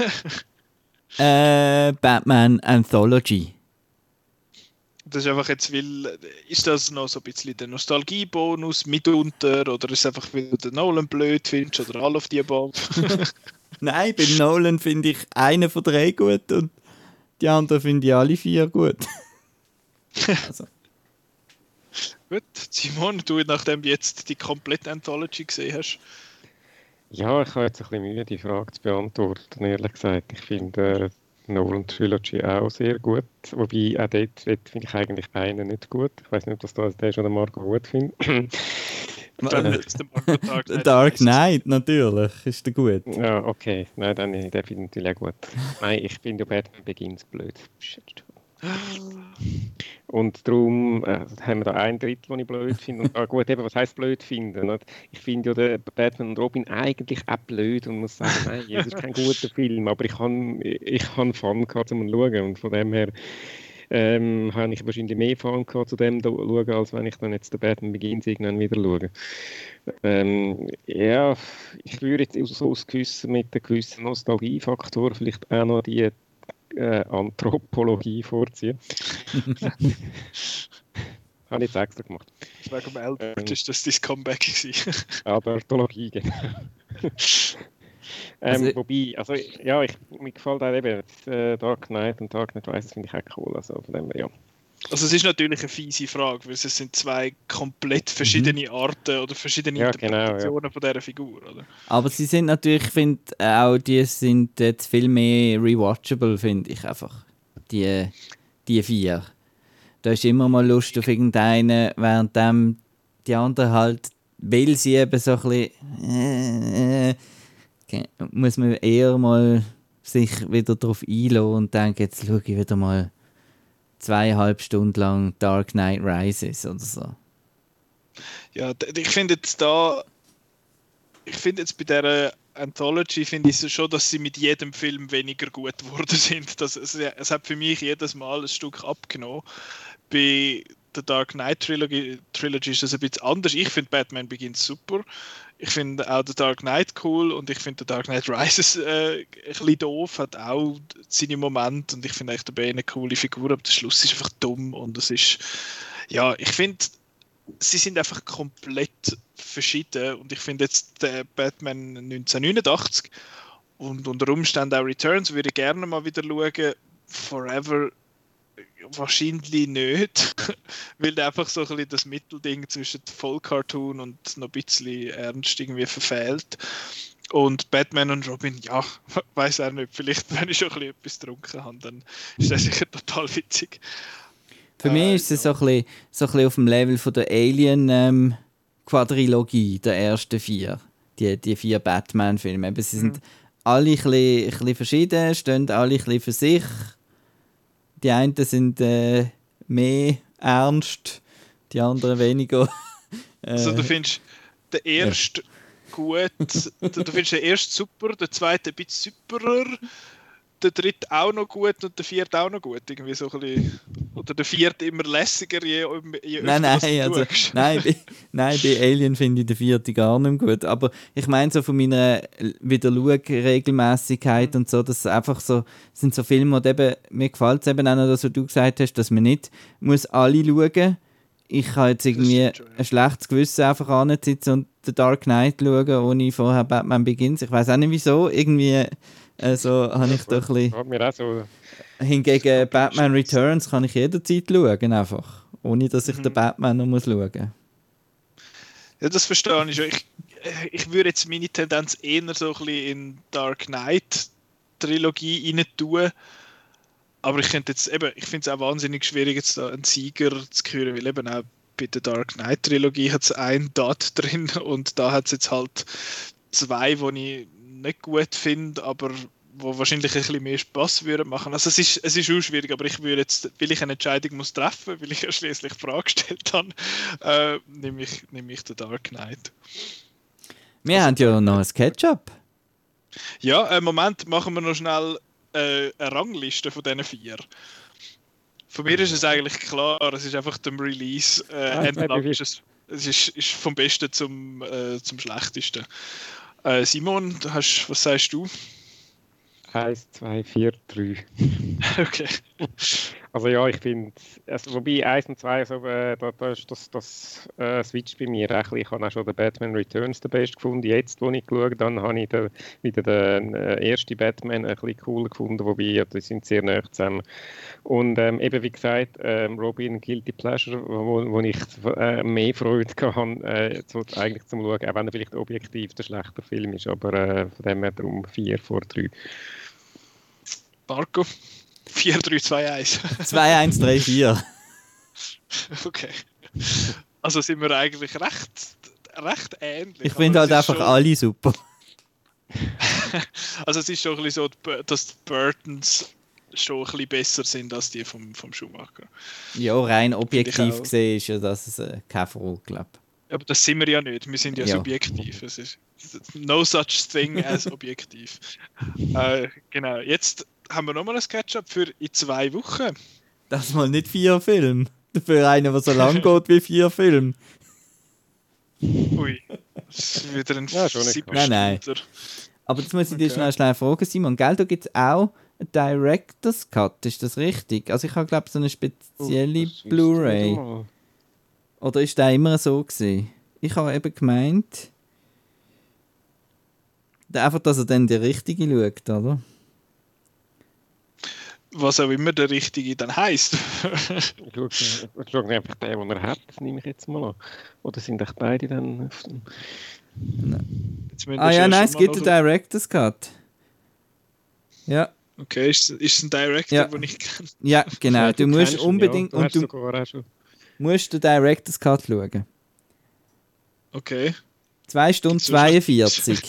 Batman Anthology. Das ist einfach jetzt, ist das noch so ein bisschen der Nostalgiebonus mitunter, oder ist es einfach, weil du den Nolan blöd findest, oder alle auf die Bahn? Nein, beim Nolan finde ich einen von 3 gut und die anderen finde ich alle 4 gut. Also. Gut, Simon, du, nachdem du jetzt die komplette Anthology gesehen hast. Ja, ich habe jetzt ein bisschen Mühe, die Frage zu beantworten, ehrlich gesagt. Ich finde Nolan Trilogy auch sehr gut. Wobei auch dort finde ich eigentlich einen nicht gut. Ich weiß nicht, ob das der schon der Marco gut findet. Dark Knight, natürlich, ist der gut. Ja, okay. Nein, den finde ich natürlich auch gut. Nein, ich finde Batman Begins blöd. Und darum haben wir da einen Drittel, den ich blöd finde. Und, gut, eben, was heisst blöd finden? Nicht? Ich finde ja den Batman und Robin eigentlich auch blöd und muss sagen, nein, es ist kein guter Film, aber ich habe Fun gehabt, um zu schauen. Und von dem her habe ich wahrscheinlich mehr Fun gehabt, zu dem zu schauen, als wenn ich dann jetzt den Batman Begins irgendwann wieder schaue. Ja, ich würde jetzt so aus Gewissen mit einem gewissen Nostalgiefaktor vielleicht auch noch die Anthropologie vorziehen. Habe ich jetzt extra gemacht. Wegen dem Albert ist das dein Comeback gewesen. Anthropologie, genau. Wobei, also ja, mir gefällt auch eben Dark Knight und Dark Knight Rises finde ich auch cool. Also von dem, ja. Also es ist natürlich eine fiese Frage, weil es sind 2 komplett verschiedene Arten oder verschiedene Interpretationen von dieser Figur, oder? Aber sie sind natürlich, ich finde auch, die sind jetzt viel mehr rewatchable, finde ich einfach. Die 4. Da ist immer mal Lust auf irgendeinen, während die anderen halt, weil sie eben so ein bisschen muss man eher mal sich wieder darauf einlassen und denken, jetzt schaue ich wieder mal 2,5 Stunden lang Dark Knight Rises oder so. Ja, ich finde jetzt bei dieser Anthology finde ich schon, dass sie mit jedem Film weniger gut geworden sind. Es hat für mich jedes Mal ein Stück abgenommen. Bei der Dark Knight Trilogy ist das ein bisschen anders. Ich finde Batman Begins super. Ich finde auch The Dark Knight cool und ich finde The Dark Knight Rises ein bisschen doof, hat auch seine Momente und ich finde eigentlich der Bane eine coole Figur, aber der Schluss ist einfach dumm und es ist, ja, ich finde, sie sind einfach komplett verschieden und ich finde jetzt der Batman 1989 und unter Umständen auch Returns würde ich gerne mal wieder schauen. Forever wahrscheinlich nicht, weil der einfach so ein bisschen das Mittelding zwischen Vollcartoon und noch ein bisschen ernst irgendwie verfehlt. Und Batman und Robin, ja, weiß auch nicht, vielleicht wenn ich schon ein bisschen etwas getrunken habe, dann ist das sicher total witzig. Für mich ist es so ein bisschen auf dem Level von der Alien-Quadrilogie, der ersten 4. Die 4 Batman-Filme. Eben, sie sind alle ein bisschen verschieden, stehen alle ein bisschen für sich. Die einen sind mehr ernst, die anderen weniger. Also du findest den ersten gut, du findest den ersten super, den zweiten ein bisschen superer, der dritte auch noch gut und der vierte auch noch gut. Irgendwie so ein bisschen, oder der vierte immer lässiger, je öfter nein, bei Alien finde ich den vierten gar nicht mehr gut. Aber ich meine so von meiner Wiederschau-Regelmäßigkeit und so, dass einfach so sind so Filme, die eben, mir gefällt es eben auch noch, dass du gesagt hast, dass man nicht muss alle schauen. Ich kann jetzt irgendwie ein schlechtes Gewissen einfach ansitzen und The Dark Knight schauen, ohne vorher Batman Begins. Ich weiß auch nicht wieso. Irgendwie so habe ich doch ein bisschen... So. Hingegen Batman Returns kann ich jederzeit schauen, einfach. Ohne dass ich den Batman noch muss schauen muss. Ja, das verstehe ich schon. Ich würde jetzt meine Tendenz eher so ein bisschen in Dark Knight Trilogie rein tun. Aber ich finde es auch wahnsinnig schwierig, jetzt da einen Sieger zu küren, weil eben auch bei der Dark Knight Trilogie hat es einen Dot drin und da hat es jetzt halt 2, die ich nicht gut finde, aber wo wahrscheinlich ein bisschen mehr Spass würden machen. Also es ist auch schwierig, aber ich würde jetzt, weil ich eine Entscheidung muss treffen, weil ich ja schließlich die Frage gestellt habe, nehme ich den Dark Knight. Wir haben ja noch ein Sketchup. Ja, Moment, machen wir noch schnell eine Rangliste von diesen 4. Von mir ist es eigentlich klar, es ist einfach dem Release entlang. Es ist vom Besten zum Schlechtesten. Simon, was sagst du? 1, 2, 4, 3. Okay. Also ja, ich finde, wobei 1 und 2, also, da ist das Switch bei mir ein bisschen. Ich habe auch schon den Batman Returns den besten gefunden. Jetzt, wo ich geschaut habe, habe ich wieder den ersten Batman ein bisschen cooler gefunden, wobei ja, die sind sehr nah zusammen. Und eben wie gesagt, Robin Guilty Pleasure, wo ich mehr Freude hatte, eigentlich zum Schauen, auch wenn er vielleicht objektiv der schlechter Film ist, aber von dem her darum 4 vor 3. Marco? 4, 3, 2, 1. 2, 1, 3, 4. Okay. Also sind wir eigentlich recht ähnlich. Ich finde halt einfach alle super. Also es ist schon ein bisschen so, dass die Burtons schon ein bisschen besser sind als die vom Schumacher. Ja, rein objektiv gesehen ist ja das keine Frage, glaube ich. Aber das sind wir ja nicht. Wir sind ja subjektiv. Es ist no such thing as objektiv. Genau. Jetzt haben wir nochmal ein Sketchup für in 2 Wochen. Das mal nicht 4 Filme. Für einen, der so lang geht wie 4 Filme. Ui. Das ist wieder ein 7 Nein. Aber das muss ich dir schnell fragen, Simon. Gell, da gibt es auch einen Director's Cut. Ist das richtig? Also ich habe, glaube ich, so eine spezielle Blu-ray. Oder ist der immer so gewesen? Ich habe eben gemeint, einfach, dass er dann die richtige schaut, oder? Was auch immer der richtige dann heisst. Ich schaue einfach den, den er hat, das nehme ich jetzt mal an. Oder sind echt beide dann auf dem... Nein, es gibt einen Director's Cut. Ja. Okay, ist es ein Director, den ich kenne? Ja, genau. Du musst unbedingt... Ja, du musst den Director's Cut schauen. Okay. 2 Stunden 42.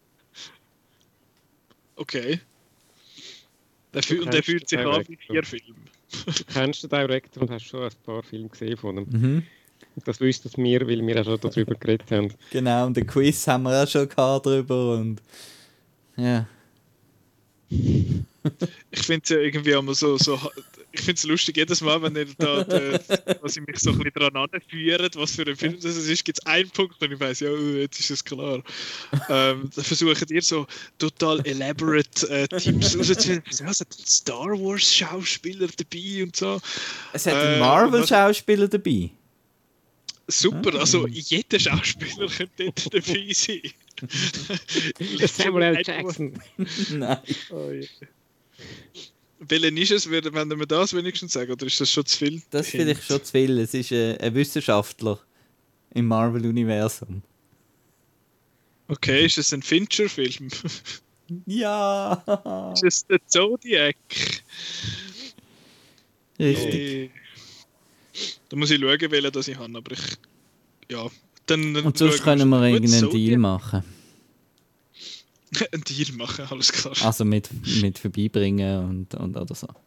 Okay. Der fühlt sich an wie 4 Filme. Du kennst den Director und hast schon ein paar Filme gesehen von ihm. Mhm. Das wüssten wir, weil wir auch schon darüber geredet haben. Genau, und den Quiz haben wir auch schon gehabt darüber. Und ja. Ich finde es ja irgendwie immer so ich finde es lustig, jedes Mal, wenn ihr da was ich mich so ein bisschen daran anführt, was für ein Film das ist, gibt es einen Punkt und ich weiss, ja, jetzt ist es klar. Da versucht ihr so total elaborate Tipps rauszufinden. Es hat einen Star Wars Schauspieler dabei und so. Es hat einen Marvel Schauspieler dabei. Super, also jeder Schauspieler könnte dort dabei sein. Samuel L. Jackson. Nein. Oh, yeah. Welchen ist es, wenn wir das wenigstens sagen, oder ist das schon zu viel? Das ist vielleicht schon zu viel. Es ist ein Wissenschaftler im Marvel-Universum. Okay, ist es ein Fincher-Film? Ja! Ist es der Zodiac? Richtig. Da muss ich schauen, welchen das ich habe, aber ja. Dann und sonst können wir irgendeinen Zodiac. Deal machen. Einen Deal machen, alles klar. Also mit vorbeibringen und oder so.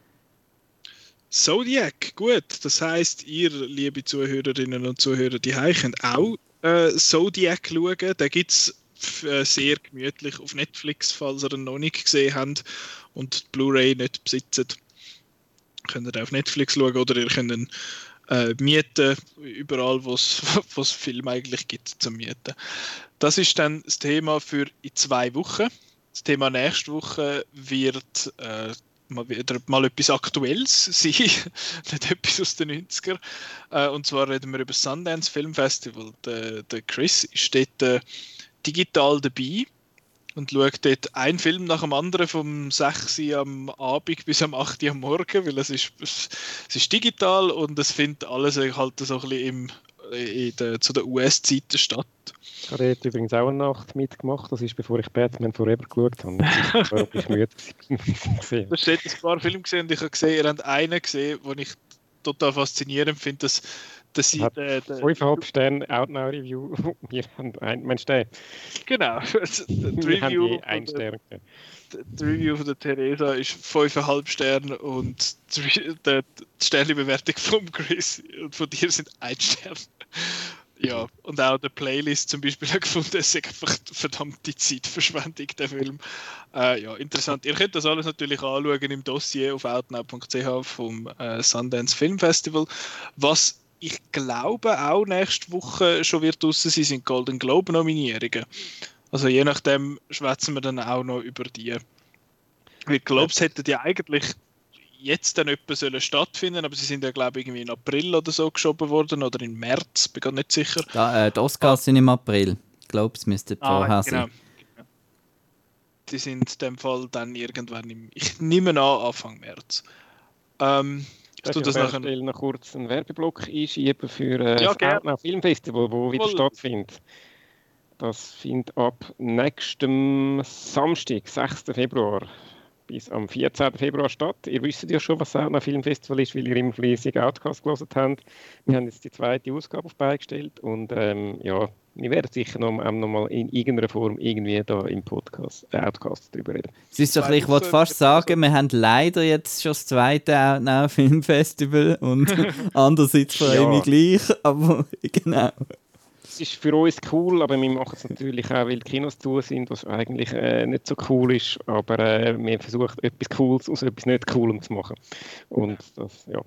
Zodiac, gut. Das heisst, ihr, liebe Zuhörerinnen und Zuhörer, die könnt auch Zodiac schauen. Den gibt es sehr gemütlich auf Netflix, falls ihr ihn noch nicht gesehen habt und die Blu-ray nicht besitzt. Könnt ihr auf Netflix schauen oder ihr könnt ihn mieten, überall, wo es Filme eigentlich gibt zum Mieten. Das ist dann das Thema für in 2 Wochen. Das Thema nächste Woche wird mal etwas Aktuelles sein, nicht etwas aus den 90er. Und zwar reden wir über das Sundance Film Festival. Der Chris ist dort digital dabei und schaut dort einen Film nach dem anderen vom 6 Uhr am Abend bis am 8 Uhr am Morgen, weil es ist digital und es findet alles halt so ein bisschen zu den US-Zeiten statt. Ich habe dort übrigens auch eine Nacht mitgemacht, das ist bevor ich Batman Forever geschaut habe. Das war wirklich müde. Du hast dort ein paar Filme gesehen und ich habe gesehen, ihr habt einen gesehen, den ich total faszinierend finde, dass sie... 5,5 Sterne Outnow-Review, wir haben einen Stern. Genau, Wir haben je einen Stern gegeben. Die Review von der Theresa ist 5,5 Sterne und die Sternebewertung von Chris und von dir sind 1 Stern. Ja, und auch der Playlist zum Beispiel gefunden, es ist einfach verdammte Zeitverschwendung, der Film. Ja, interessant. Ihr könnt das alles natürlich anschauen im Dossier auf outnow.ch vom Sundance Film Festival. Was ich glaube auch nächste Woche schon wird draussen sein, sind Golden Globe Nominierungen. Also je nachdem schwätzen wir dann auch noch über die. Weil Globes hätten ja eigentlich jetzt dann etwa stattfinden, aber sie sind ja glaube ich irgendwie in April oder so geschoben worden oder im März, bin gar nicht sicher. Die Oscars sind im April. Ich glaube, es müsste vorher sein. Genau. Die sind in dem Fall dann irgendwann ich nehme an, Anfang März. Ich tue das nachher noch kurz einen Werbeblock einschieben für das Outnow Filmfestival, wo wieder stattfindet. Das findet ab nächstem Samstag, 6. Februar, bis am 14. Februar statt. Ihr wisst ja schon, was das Outnow Filmfestival ist, weil ihr immer fleissig Outcast gehört habt. Wir haben jetzt die 2. Ausgabe auf beigestellt und ja, wir werden sicher noch mal in irgendeiner Form irgendwie da im Podcast, Outcast drüber reden. Es ist doch, ich wollte fast sagen, wir haben leider jetzt schon das 2. Outnow Filmfestival und andererseits freue ich mich gleich, aber genau. Es ist für uns cool, aber wir machen es natürlich auch, weil die Kinos zu sind, was eigentlich nicht so cool ist, aber wir versuchen etwas Cooles aus etwas nicht Coolem zu machen. Und das, ja.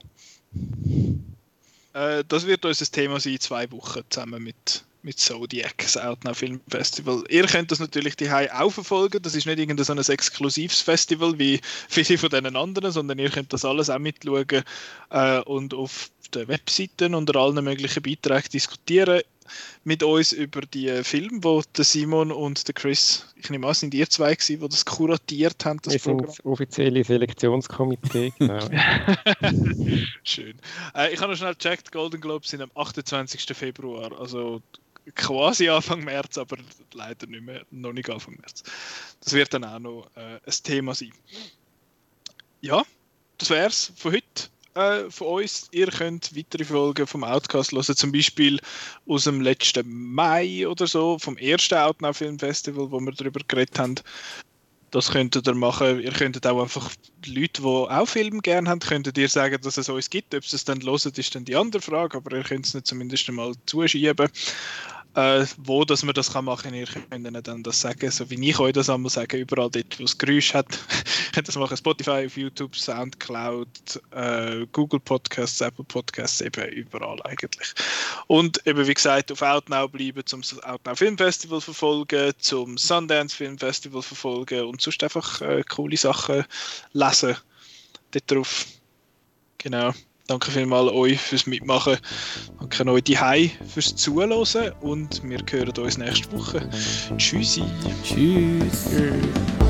Das wird unser Thema sein in 2 Wochen, zusammen mit Zodiac, das Outnow Film Festival. Ihr könnt das natürlich daheim auch verfolgen, das ist nicht irgendein so ein exklusives Festival wie viele von den anderen, sondern ihr könnt das alles auch mitschauen und auf den Webseiten unter allen möglichen Beiträgen diskutieren mit uns über die Filme, wo der Simon und der Chris, ich nehme an, sind ihr 2 gewesen, die das kuratiert haben, das Programm. Sind das offizielle Selektionskomitee, genau. Schön. Ich habe noch schnell gecheckt, Golden Globes sind am 28. Februar, also quasi Anfang März, aber leider nicht mehr, noch nicht Anfang März. Das wird dann auch noch ein Thema sein. Ja, das wär's von heute. Von uns. Ihr könnt weitere Folgen vom Outcast hören, zum Beispiel aus dem letzten Mai oder so, vom ersten Outnow Film Festival, wo wir darüber geredet haben. Das könntet ihr machen. Ihr könntet auch einfach Leute, die auch Filme gerne haben, könntet ihr sagen, dass es uns gibt. Ob sie es dann hören, ist dann die andere Frage, aber ihr könnt es nicht zumindest einmal zuschieben. Wo dass man das machen kann, ihr könnt ihnen dann das sagen, so wie ich euch das einmal sage, überall dort, wo es Geräusch hat. Ihr könnt das machen, Spotify, auf YouTube, Soundcloud, Google Podcasts, Apple Podcasts, eben überall eigentlich. Und eben wie gesagt, auf Outnow bleiben, zum Outnow Film Festival verfolgen, zum Sundance Film Festival verfolgen und sonst einfach coole Sachen lesen dort drauf. Genau. Danke vielmals euch fürs Mitmachen. Danke euch daheim fürs Zuhören und wir hören uns nächste Woche. Tschüssi. Tschüss.